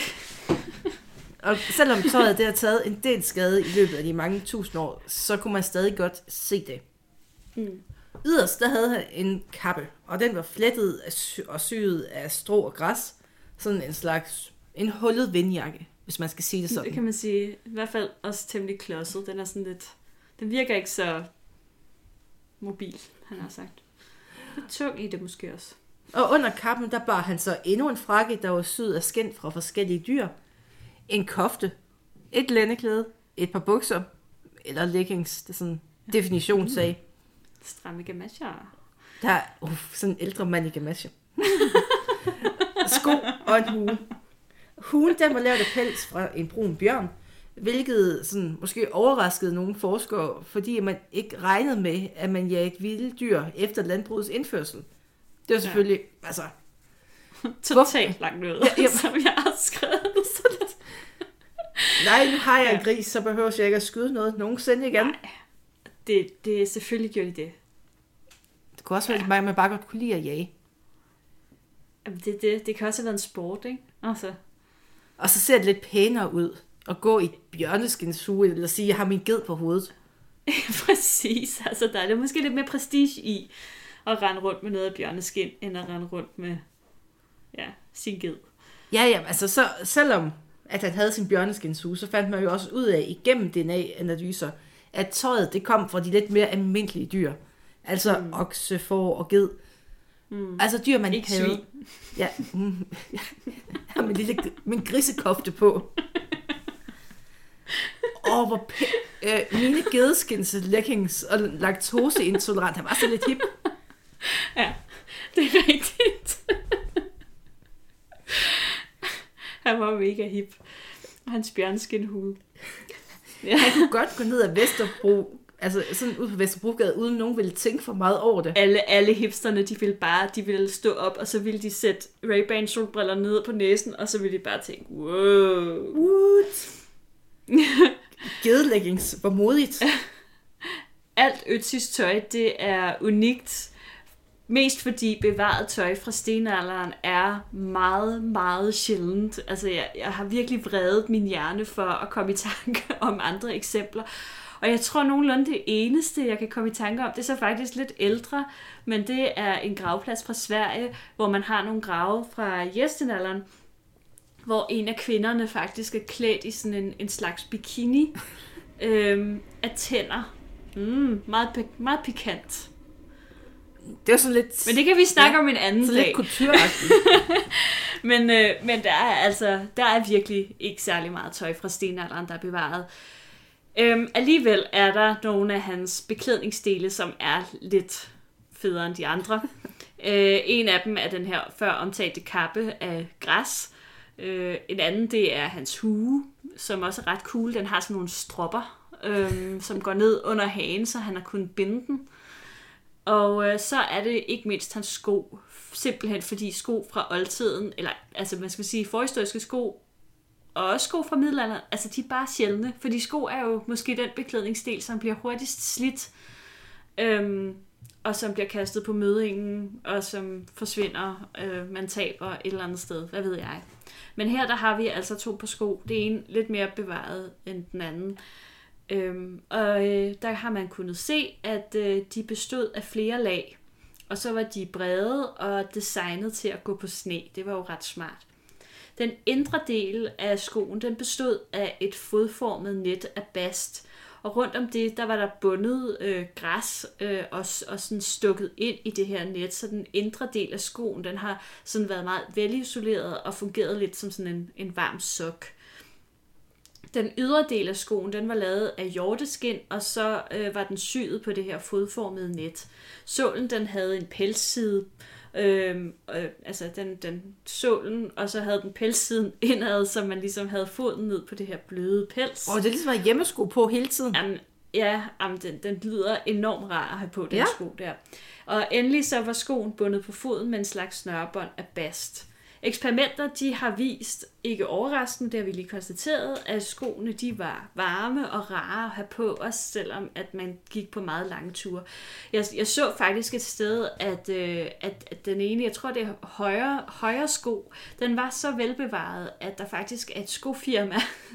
Og selvom tøjet det har taget en del skade i løbet af de mange tusind år, så kunne man stadig godt se det. Yderst, der havde han en kappe, og den var flettet og syet af strå og græs. Sådan en slags en hullet vindjakke, hvis man skal sige det sådan. Det kan man sige. I hvert fald også temmelig klodset. Den er sådan lidt... Den virker ikke så mobil, han har sagt. Lidt tung i det måske også. Og under kappen, der bar han så endnu en frakke, der var syet af skind fra forskellige dyr. En kofte, et lændeklæde, et par bukser, eller leggings, det er sådan en definitionssag. Stramme gamasjer. Der er sådan en ældre mand i gamasjer. Sko og en hue. Huen, den var lavet af pels fra en brun bjørn, hvilket sådan, måske overraskede nogle forskere, fordi man ikke regnede med, at man jagede vilde dyr efter landbrugets indførsel. Det var selvfølgelig, altså... Totalt langt ud, som jeg har skrevet. Nej, nu har jeg en gris, så behøver jeg ikke at skyde noget nogensinde igen. Nej, det selvfølgelig gjorde de det. Det kunne også være, at man bare godt kunne lide at jage. Jamen, det kan også have været en sport, ikke? Altså. Og så ser det lidt pænere ud at gå i bjørneskinshue, eller sige, at jeg har min ged på hovedet. Præcis, altså der er det måske lidt mere prestige i at rende rundt med noget af bjørneskin, end at rende rundt med sin ged. Ja, altså så, selvom at han havde sin bjørneskinshue, så fandt man jo også ud af igennem DNA-analyser, at tøjet det kom fra de lidt mere almindelige dyr. Altså okse, får og ged. Altså dyr, man ikke havde. Ja, ja, med grisekofte på. Hvor mine gedeskins leggings og laktoseintolerant, han var så lidt hip. Ja, det er rigtigt. Han var mega hip. Og hans bjørnskinhue. Ja. Han kunne godt gå ned ad Vesterbro, altså sådan ud på Vesterbrogade, uden nogen ville tænke for meget over det. Alle hipsterne, de ville stå op, og så ville de sætte Ray-Ban solbriller ned på næsen, og så ville de bare tænke, wow. What? Gedeleggings, hvor modigt. Alt Ötzis tøj, det er unikt. Mest fordi bevaret tøj fra stenalderen er meget, meget sjældent. Altså, jeg har virkelig vredet min hjerne for at komme i tanke om andre eksempler. Og jeg tror nogenlunde det eneste, jeg kan komme i tanke om, det er så faktisk lidt ældre, men det er en gravplads fra Sverige, hvor man har nogle grave fra jæstenalderen, hvor en af kvinderne faktisk er klædt i sådan en slags bikini af tænder. Meget pikant. Det er sådan lidt... Men det kan vi snakke om en anden så dag. Lidt kulturagtigt. men der er virkelig ikke særlig meget tøj fra stenalderen, der er bevaret. Alligevel er der nogle af hans beklædningsdele, som er lidt federe end de andre. En af dem er den her før omtalte kappe af græs. En anden, det er hans hue, som også er ret cool. Den har sådan nogle stropper, som går ned under hagen, så han har kunnet binde den. Og så er det ikke mindst hans sko. Simpelthen fordi sko fra oldtiden, eller altså man skal sige forhistoriske sko, og også sko fra middelalderen, altså de er bare sjældne. Fordi sko er jo måske den beklædningsdel, som bliver hurtigst slidt, og som bliver kastet på mødingen, og som forsvinder, man taber et eller andet sted, hvad ved jeg. Men her der har vi altså 2 par sko. Det ene lidt mere bevaret end den anden. Der har man kunnet se, at de bestod af flere lag, og så var de brede og designet til at gå på sne. Det var jo ret smart. Den indre del af skoen, den bestod af et fodformet net af bast, og rundt om det, der var der bundet græs og sådan stukket ind i det her net, så den indre del af skoen, den har sådan været meget velisoleret og fungeret lidt som sådan en varm sok. Den ydre del af skoen, den var lavet af hjorteskin, og så var den syet på det her fodformede net. Sålen, den havde en pelsside, altså den sålen, og så havde den pelssiden indad, så man ligesom havde foden ned på det her bløde pels. Og det er ligesom at hjemmesko på hele tiden. Den lyder enormt rar at have på, den sko der. Og endelig så var skoen bundet på foden med en slags snørebånd af bast. Eksperimenter, de har vist, ikke overraskende, det har vi lige konstateret, at skoene, de var varme og rare at have på, også selvom at man gik på meget lange ture. Jeg så faktisk et sted, at den ene, jeg tror det er højre sko, den var så velbevaret, at der faktisk er et skofirma,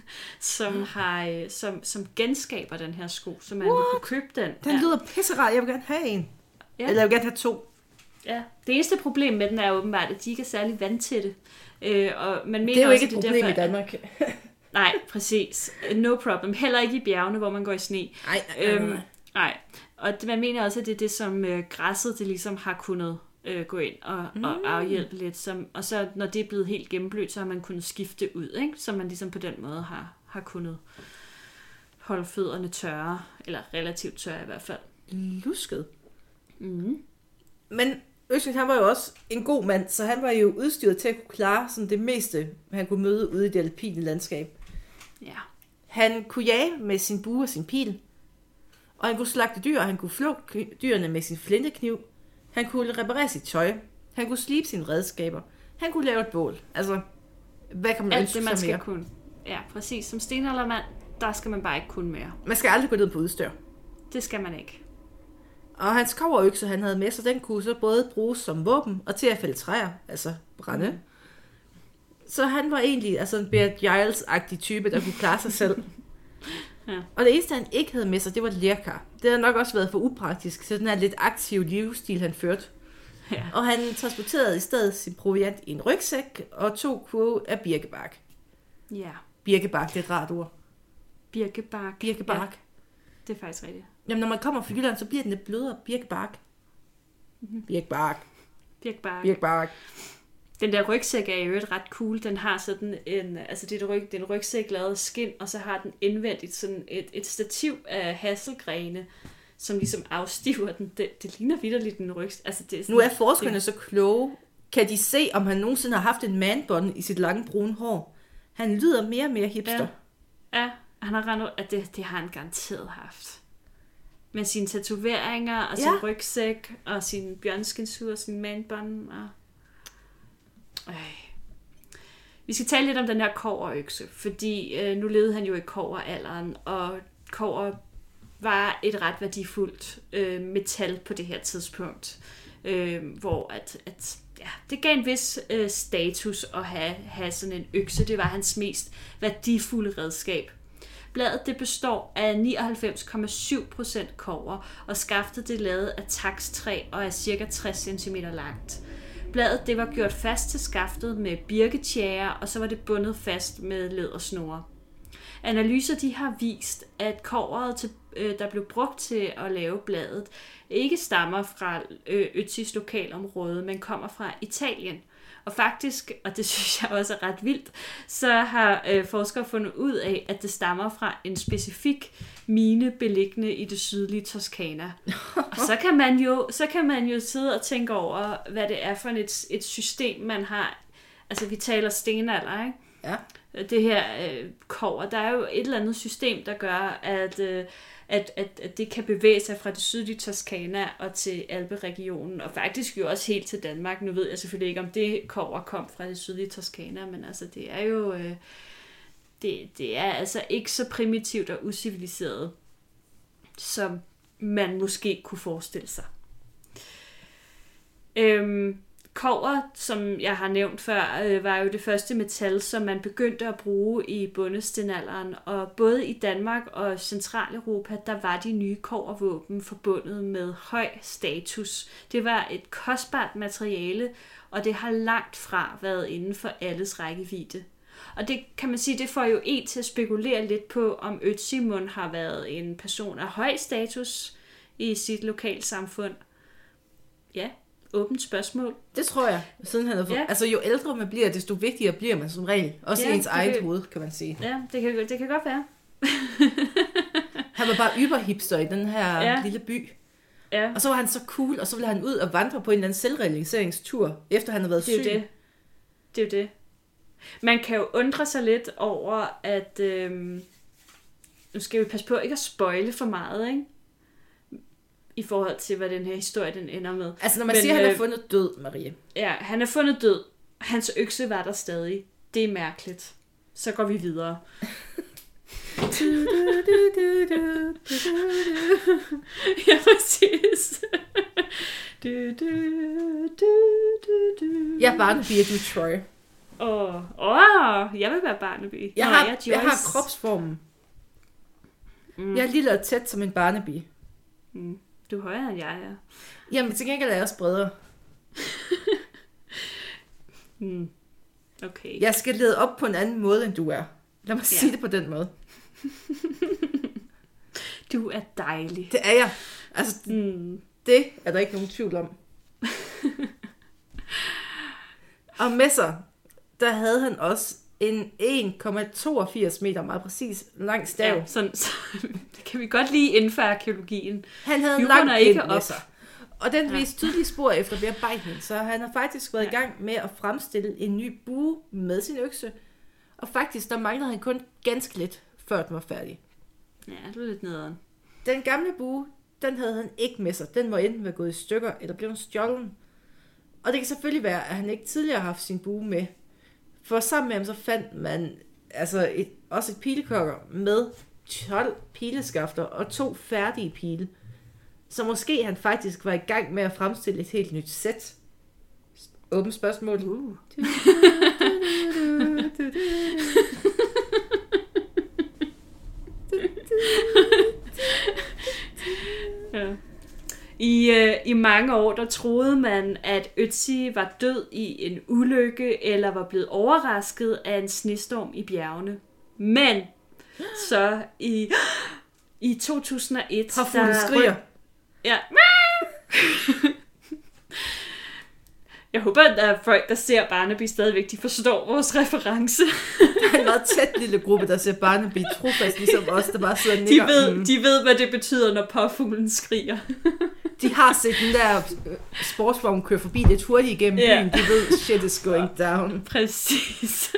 som genskaber den her sko, så man vil kunne købe den. Den lyder pisserat, jeg vil gerne have en. Ja. Eller jeg vil gerne have 2. Ja, det eneste problem med den er åbenbart, at de ikke er særlig vandtætte. Og man mener det er jo også, ikke et problem derfor, i Danmark. Nej, præcis. No problem. Heller ikke i bjergene, hvor man går i sne. Nej. Og man mener også, at det er det, som græsset det ligesom har kunnet gå ind og afhjælpe lidt. Og så når det er blevet helt gennemblødt, så har man kunnet skifte ud, ikke? Så man ligesom på den måde har kunnet holde fødderne tørre, eller relativt tørre i hvert fald. Lusket. Men Østrig, han var jo også en god mand, så han var jo udstyret til at kunne klare sådan det meste, han kunne møde ude i det alpine landskab. Ja. Han kunne jage med sin bue og sin pil, og han kunne slagte dyr, og han kunne flå dyrene med sin flintekniv. Han kunne reparere sit tøj. Han kunne slibe sine redskaber. Han kunne lave et bål. Altså, hvad kan man ønske sig mere? Alt det, man skal kunne. Ja, præcis. Som stenaldermand, der skal man bare ikke kunne mere. Man skal aldrig gå ned på udstyr. Det skal man ikke. Og hans kobberøkse, han havde med sig, den kunne så både bruges som våben og til at fælde træer, altså brænde. Så han var egentlig altså en Bear Giles-agtig type, der kunne klare sig selv. Ja. Og det eneste, han ikke havde med sig, det var et lerkar. Det havde nok også været for upraktisk, så den her lidt aktiv livsstil, han førte. Ja. Og han transporterede i stedet sin proviant i en rygsæk og 2 kurve af birkebark. Ja. Birkebark, det er et rart ord. Birkebark. Ja, det er faktisk rigtigt. Jamen, når man kommer fra Jylland, så bliver den lidt blødere. Birkebark. Birkebark. Den der rygsæk er jo ret cool. Den har sådan en, altså det er en rygsæk lavet af skind, og så har den indvendigt sådan et stativ af hasselgrene, som ligesom afstiver den. Det ligner vitterligt en rygsæk. Altså det er sådan, nu er forskerne så kloge. Kan de se, om han nogensinde har haft en manbånd i sit lange brune hår? Han lyder mere og mere hipster. Ja, han har regnet, at det har han garanteret haft. Med sine tatoveringer, og sin rygsæk, og sin bjørnskindshud, og sin manbånd. Vi skal tale lidt om den her kobberøkse, fordi nu levede han jo i kobberalderen, og kobber var et ret værdifuldt metal på det her tidspunkt, hvor det gav en vis status at have sådan en økse. Det var hans mest værdifulde redskab. Bladet det består af 99,7% kobber, og skaftet det er lavet af takstræ og er cirka 60 cm langt. Bladet det var gjort fast til skaftet med birketjære, og så var det bundet fast med lædersnore. Analyser de har vist, at kobberet, der blev brugt til at lave bladet, ikke stammer fra Ötsis lokalområde, men kommer fra Italien. Og faktisk, og det synes jeg også er ret vildt, så har forskere fundet ud af, at det stammer fra en specifik mine beliggende i det sydlige Toskana. Og så kan man jo sidde og tænke over, hvad det er for et system, man har. Altså, vi taler stenalder, ikke? Ja. Det her kobber, der er jo et eller andet system, der gør, at det kan bevæge sig fra det sydlige Toskana og til Alperegionen, og faktisk jo også helt til Danmark. Nu ved jeg selvfølgelig ikke, om det kobber kom fra det sydlige Toskana, men altså det er jo det er altså ikke så primitivt og uciviliseret, som man måske kunne forestille sig. Kobber, som jeg har nævnt før, var jo det første metal, som man begyndte at bruge i bondestenalderen. Og både i Danmark og Centraleuropa, der var de nye kobbervåben forbundet med høj status. Det var et kostbart materiale, og det har langt fra været inden for alles rækkevidde. Og det kan man sige, det får jo en til at spekulere lidt på, om Ötzi har været en person af høj status i sit lokalsamfund. Ja, åbent spørgsmål. Det tror jeg. Siden han altså jo ældre man bliver, desto vigtigere bliver man som regel. Også i ens eget hoved, kan man sige. Ja, det kan godt være. Han var bare yberhipster i den her lille by. Ja. Og så var han så cool, og så ville han ud og vandre på en eller anden selvrealiseringstur, efter han havde været syg. Det er jo det. Man kan jo undre sig lidt over, at nu skal vi passe på ikke at spoile for meget, ikke? I forhold til, hvad den her historie den ender med. Altså når man siger, at han er fundet død, Marie. Ja, han er fundet død. Hans økse var der stadig. Det er mærkeligt. Så går vi videre. Ja, præcis. Jeg er Barnaby, og du er Troy. Jeg vil være Barnaby. Jeg har kropsformen. Jeg er lille og tæt som en Barnaby. Du er højere end jeg er. Jamen, til gengæld er jeg også bredere. Okay. Jeg skal lede op på en anden måde, end du er. Lad mig sige det på den måde. Du er dejlig. Det er jeg. Altså, det er der ikke nogen tvivl om. Og med sig, der havde han også en 1,82 meter meget præcis lang stav. Ja, så det kan vi godt lige inden for arkeologien. Han havde en lang pind med sig. Og den viste tydelige spor efter bearbejdning, så han har faktisk været i gang med at fremstille en ny bue med sin økse. Og faktisk, der manglede han kun ganske lidt, før den var færdig. Ja, det var lidt nederen. Den gamle bue, den havde han ikke med sig. Den var enten være gået i stykker, eller blevet stjålen. Og det kan selvfølgelig være, at han ikke tidligere har haft sin bue med. For sammen med ham, så fandt man altså også et pilekokker med 12 pileskafter og 2 færdige pile. Så måske han faktisk var i gang med at fremstille et helt nyt sæt. Åbent spørgsmål. Ja. I mange år, der troede man, at Ötzi var død i en ulykke, eller var blevet overrasket af en snestorm i bjergene. Men så i 2001... Påfuglen skriger. Ja. Jeg håber, at der er folk, der ser Barnaby stadigvæk, de forstår vores reference. Der er en meget tæt lille gruppe, der ser Barnaby trofast, ligesom os, der bare sidder og nikker. De ved, hvad det betyder, når påfuglen skriger. De har set den der sportsvogn køre forbi lidt hurtigt igennem byen. De ved, shit is going down. Præcis.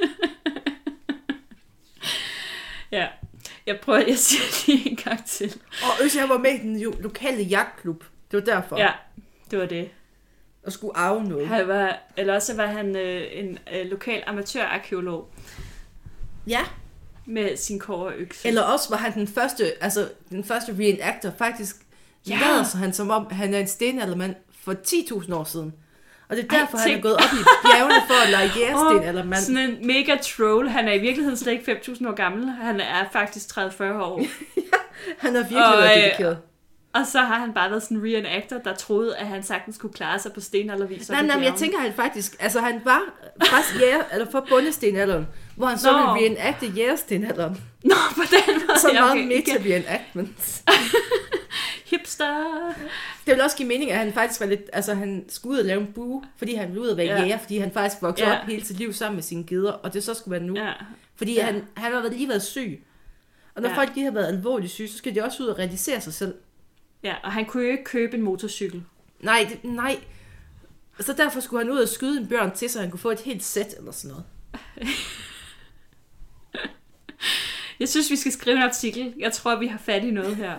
Ja. Jeg siger lige en gang til. Og Øsse, jeg var med i den lokale jagtklub. Det var derfor. Ja, det var det. Og skulle arve noget. Eller også var han en lokal amatørarkeolog. Ja. Med sin kobberøkse. Eller også var han den første reenactor. Faktisk lader sig han som om, han er en stenaldermand for 10.000 år siden. Og det er derfor, han er gået op i bjergene for at lege jægerstenaldermand. Sådan en mega troll. Han er i virkeligheden slet ikke 5.000 år gammel. Han er faktisk 30-40 år. Ja, han har virkelig været dedikeret. Og så har han bare været sådan en reenactor, der troede, at han sagtens kunne klare sig på stenaldervis. Nej, men jeg tænker han faktisk, altså han var faktisk jæger, eller for bundestenalderen, hvor han så ville reenacte jægerstenalderen. Nå, på den måde. Så meget meta-reenactment. Hipster. Det vil også give mening, at han faktisk var lidt, altså han skulle ud og lave en bue, fordi han ville ud og være jæger, fordi han faktisk voksede op hele sit liv sammen med sine geder, og det så skulle være nu. Ja. Fordi han har lige været syg. Og når folk lige har været alvorligt syge, så skal de også ud og realisere sig selv. Ja, og han kunne jo ikke købe en motorcykel. Nej. Så derfor skulle han ud og skyde en bjørn til, så han kunne få et helt sæt eller sådan noget. Jeg synes, vi skal skrive en artikel. Jeg tror, vi har fat i noget her.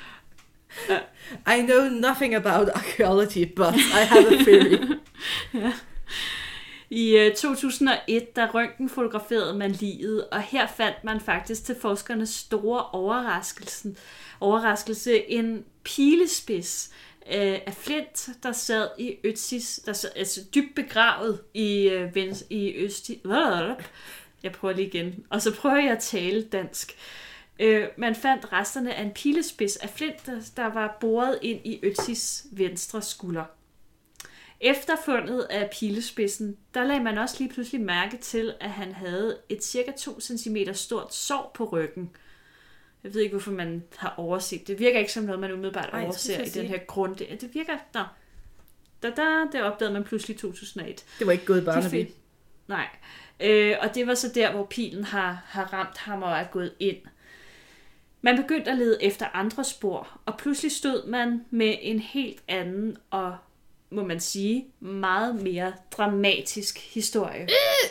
I know nothing about archaeology, but I have a theory. Ja. I 2001, der røntgenfotograferede man liget, og her fandt man faktisk til forskernes store overraskelse en pilespids af flint, der sad i Ötzis, altså dybt begravet i Østi. Jeg prøver lige igen, og så prøver jeg at tale dansk. Man fandt resterne af en pilespids af flint, der var boret ind i Ötzis venstre skulder. Efter fundet af pilespidsen, der lagde man også lige pludselig mærke til, at han havde et cirka 2 cm stort sår på ryggen. Jeg ved ikke, hvorfor man har overset. Det virker ikke som noget, man umiddelbart overser i den her grund. Det virker... Det opdagede man pludselig i 2008. Det var ikke gået Barnaby. Nej. Og det var så der, hvor pilen har ramt ham og er gået ind. Man begyndte at lede efter andre spor, og pludselig stod man med en helt anden og, må man sige, meget mere dramatisk historie.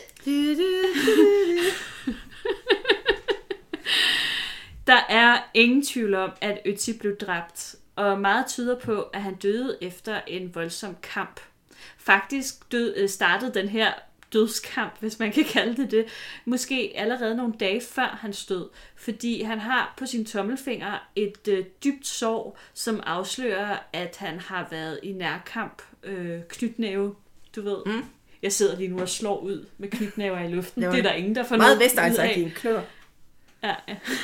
Der er ingen tvivl om, at Ötzi blev dræbt, og meget tyder på, at han døde efter en voldsom kamp. Faktisk startede den her dødskamp, hvis man kan kalde det, måske allerede nogle dage før hans død, fordi han har på sin tommelfinger et dybt sår, som afslører, at han har været i nærkamp, knytnæve, du ved. Mm. Jeg sidder lige nu og slår ud med knytnæver i luften. Det er der ingen, der får noget ud af. Meget vestegnsagtige klør. Ja.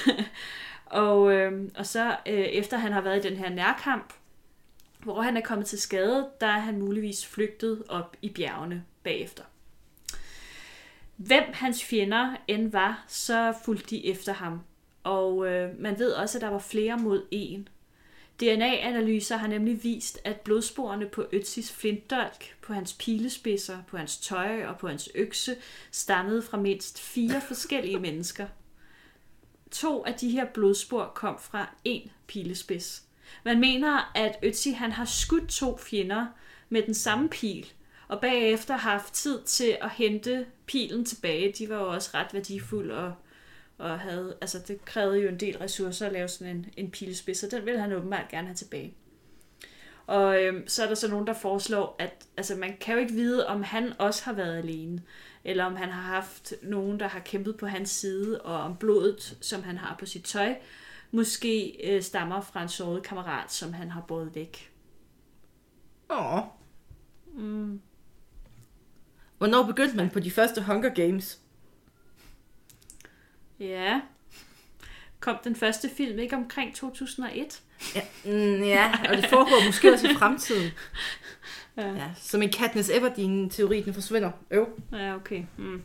Og så efter han har været i den her nærkamp, hvor han er kommet til skade, der er han muligvis flygtet op i bjergene bagefter. Hvem hans fjender end var, så fulgte de efter ham. Og man ved også, at der var flere mod en. DNA-analyser har nemlig vist, at blodsporene på Ötzis flintdolk, på hans pilespidser, på hans tøj og på hans økse stammede fra mindst 4 forskellige mennesker. 2 af de her blodspor kom fra en pilespids. Man mener, at Ötzi han har skudt 2 fjender med den samme pil, og bagefter har haft tid til at hente pilen tilbage. De var jo også ret værdifulde, og havde, altså det krævede jo en del ressourcer at lave sådan en pilespids, og den ville han åbenbart gerne have tilbage. Og så er der så nogen, der foreslår, at altså, man kan jo ikke vide, om han også har været alene, eller om han har haft nogen, der har kæmpet på hans side, og om blodet, som han har på sit tøj, måske stammer fra en såret kammerat, som han har båret væk. Hvornår begyndte man på de første Hunger Games? Ja. Kom den første film ikke omkring 2001? Ja, og det foregår måske også i fremtiden. Ja, som en Katniss Everdeen-teori, den forsvinder. Ja, okay.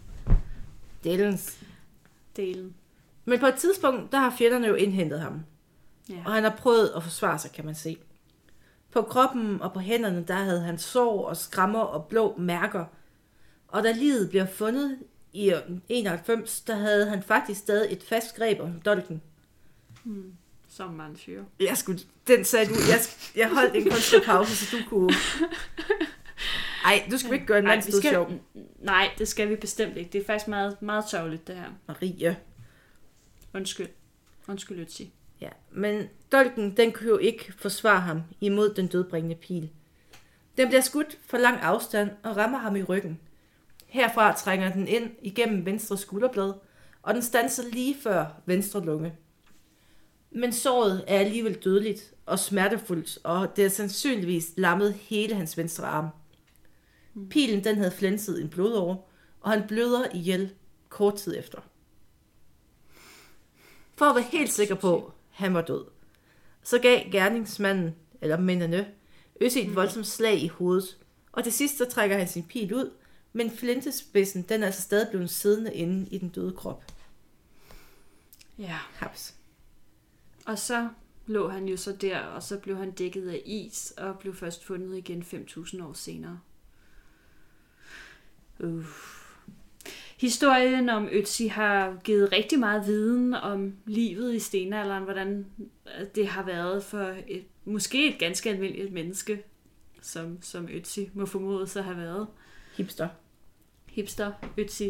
Delen. Men på et tidspunkt, der har fjenderne jo indhentet ham. Ja. Og han har prøvet at forsvare sig, kan man se. På kroppen og på hænderne, der havde han sår og skrammer og blå mærker. Og da liget blev fundet i 91, der havde han faktisk stadig et fast greb om dolken. Som man fyr. Den sagde du. Jeg holdt en kunstig pause, så du kunne... Ej, du skal ikke gøre en mandsdød sjov. Nej, det skal vi bestemt ikke. Det er faktisk meget, meget sørgeligt, det her. Marie. Undskyld, Ötzi. Ja, men dolken, den kunne jo ikke forsvare ham imod den dødbringende pil. Den bliver skudt for lang afstand og rammer ham i ryggen. Herfra trænger den ind igennem venstre skulderblad, og den standser lige før venstre lunge. Men såret er alligevel dødeligt og smertefuldt, og det er sandsynligvis lammet hele hans venstre arm. Pilen den havde flænset en blodåre, og han bløder ihjel kort tid efter. For at være helt sikker på, at han var død, så gav gerningsmanden, eller mændene, Ötzi et voldsomt slag i hovedet, og til sidst så trækker han sin pil ud, men flintespidsen den er altså stadig blevet siddende inde i den døde krop. Ja. Haps. Og så lå han jo så der, og så blev han dækket af is, og blev først fundet igen 5.000 år senere. Historien om Ötzi har givet rigtig meget viden om livet i stenalderen, hvordan det har været for måske et ganske almindeligt menneske, som Ötzi må formodes at have været. Hipster, Ötzi.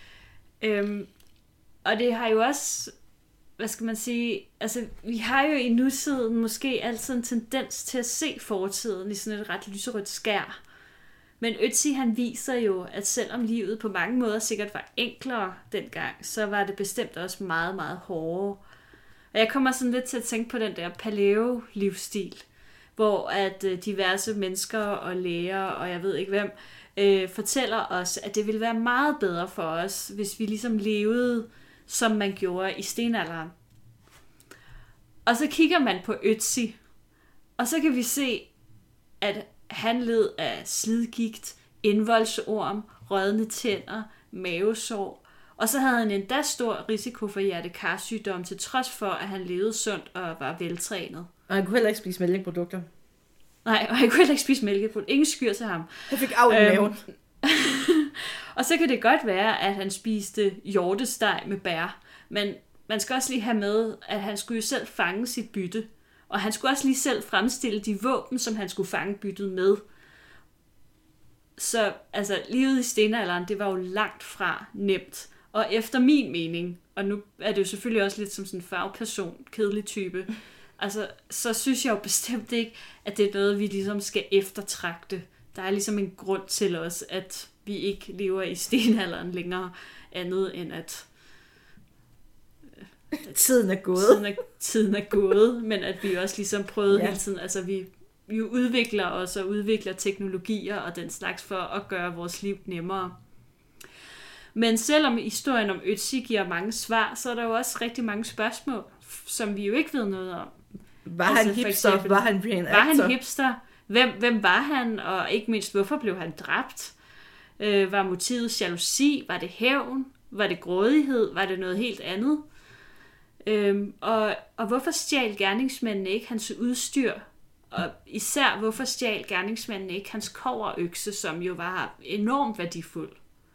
Og det har jo også, hvad skal man sige, altså vi har jo i nutiden måske altid en tendens til at se fortiden i sådan et ret lyserødt skær. Men Ötzi han viser jo, at selvom livet på mange måder sikkert var enklere dengang, så var det bestemt også meget, meget hårdere. Og jeg kommer sådan lidt til at tænke på den der paleo-livsstil, hvor at diverse mennesker og læger og jeg ved ikke hvem, fortæller os, at det ville være meget bedre for os, hvis vi ligesom levede, som man gjorde i stenalderen. Og så kigger man på Ötzi, og så kan vi se, at han led af slidgigt, indvoldsorm, rådne tænder, mavesår, og så havde han endda stor risiko for hjertekarsygdom, til trods for, at han levede sundt og var veltrænet. Og han kunne heller ikke spise mælkeprodukter. Nej, og han kunne heller ikke spise mælkeprodukter. Ingen skyr til ham. Han fik af i maven. Og så kan det godt være, at han spiste hjortesteg med bær, men man skal også lige have med, at han skulle jo selv fange sit bytte, og han skulle også lige selv fremstille de våben, som han skulle fange byttet med. Så altså, livet i stenalderen, det var jo langt fra nemt. Og efter min mening, og nu er det jo selvfølgelig også lidt som sådan en fagperson, kedelig type, altså, så synes jeg jo bestemt ikke, at det er noget, vi ligesom skal eftertragte. Der er ligesom en grund til os, at vi ikke lever i stenalderen længere, andet end at tiden er gået. Tiden er gået, men at vi også ligesom prøvede hele tiden, altså vi udvikler os og udvikler teknologier og den slags for at gøre vores liv nemmere. Men selvom historien om Ötzi giver mange svar, så er der jo også rigtig mange spørgsmål, som vi jo ikke ved noget om. Var han hipster? Eksempel, var han reenactor? Var han hipster? Hvem var han? Og ikke mindst, hvorfor blev han dræbt? Var motivet jalousi? Var det hævn? Var det grådighed? Var det noget helt andet? Og hvorfor stjal gerningsmændene ikke hans udstyr? Og især, hvorfor stjal gerningsmændene ikke hans kobberøkse, som jo var enormt værdifuld?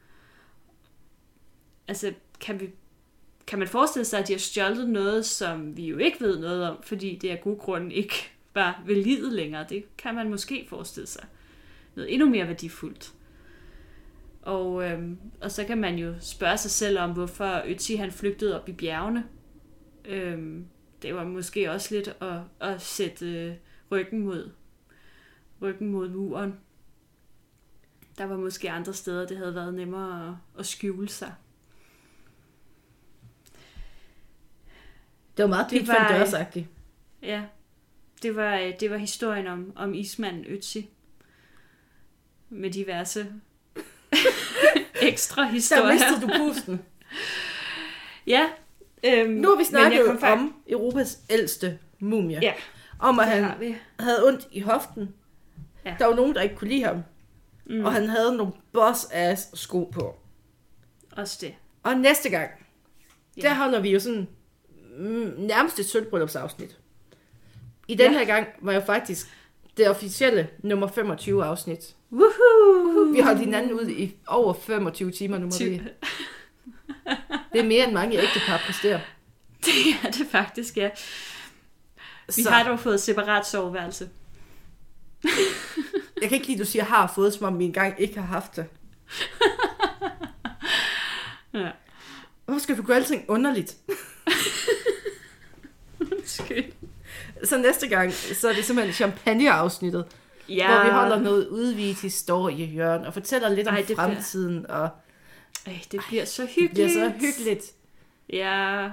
Altså, kan man forestille sig, at de har stjålet noget, som vi jo ikke ved noget om, fordi det af god grund ikke var ved livet længere? Det kan man måske forestille sig. Noget endnu mere værdifuldt. Og så kan man jo spørge sig selv om, hvorfor Ötzi han flygtede op i bjergene. Det var måske også lidt at sætte ryggen mod muren. Der var måske andre steder, det havde været nemmere at skjule sig. Det var meget pigt for en dørsagtigt. Ja, det var historien om ismanden Ötzi. Med diverse ekstra historier. Der mistede du pusten. Ja. Nu har vi snakket om Europas ældste mumie. Ja. Om at han havde ondt i hoften. Ja. Der var nogen, der ikke kunne lide ham. Og han havde nogle boss-ass sko på. Også det. Og næste gang, der holder vi jo sådan nærmest et sølvbryllupsafsnit. I den her gang var jo faktisk det officielle nummer 25 afsnit. Woohoo! Vi holdt hinanden ud i over 25 timer nu, må vi. Det er mere end mange ægtepar præsterer. Det er det faktisk, ja. Vi har dog fået separat soveværelse. Jeg kan ikke lide, at du siger, har fået, som om vi engang ikke har haft det. Ja. Hvorfor skal du gøre alting underligt? Så næste gang, så er det simpelthen champagne-afsnittet. Ja. Hvor vi holder noget udvidet historiehjørne og fortæller lidt om fremtiden. Det bliver så hyggeligt. Det bliver så hyggeligt. Ja.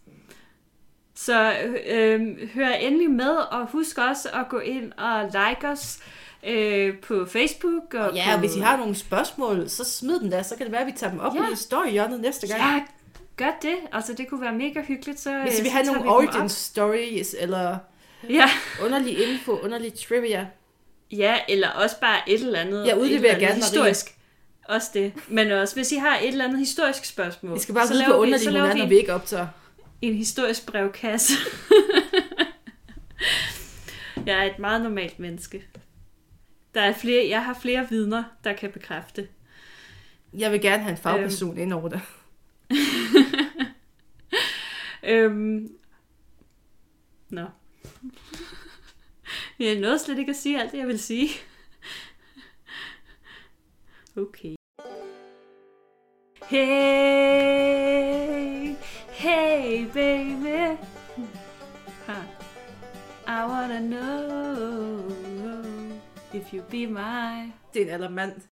Så hør endelig med, og husk også at gå ind og like os på Facebook. Og og hvis I har nogle spørgsmål, så smid dem der, så kan det være, at vi tager dem op i historiehjørnet næste gang. Ja, gør det. Altså, det kunne være mega hyggeligt. Så, hvis vi har nogle origin stories, eller underlig info, underlig trivia. Ja, eller også bare et eller andet. Jeg udleverer gerne historisk. Også det. Men også, hvis I har et eller andet historisk spørgsmål. Vi skal bare vide, hvor underligt hun er, når vi ikke optager. En historisk brevkasse. Jeg er et meget normalt menneske. Jeg har flere vidner, der kan bekræfte. Jeg vil gerne have en fagperson ind over det. Nå. Jeg nåede slet ikke at sige alt det, jeg vil sige. Okay. Hey, hey baby. I wanna know if you be my... Det er en aldermand.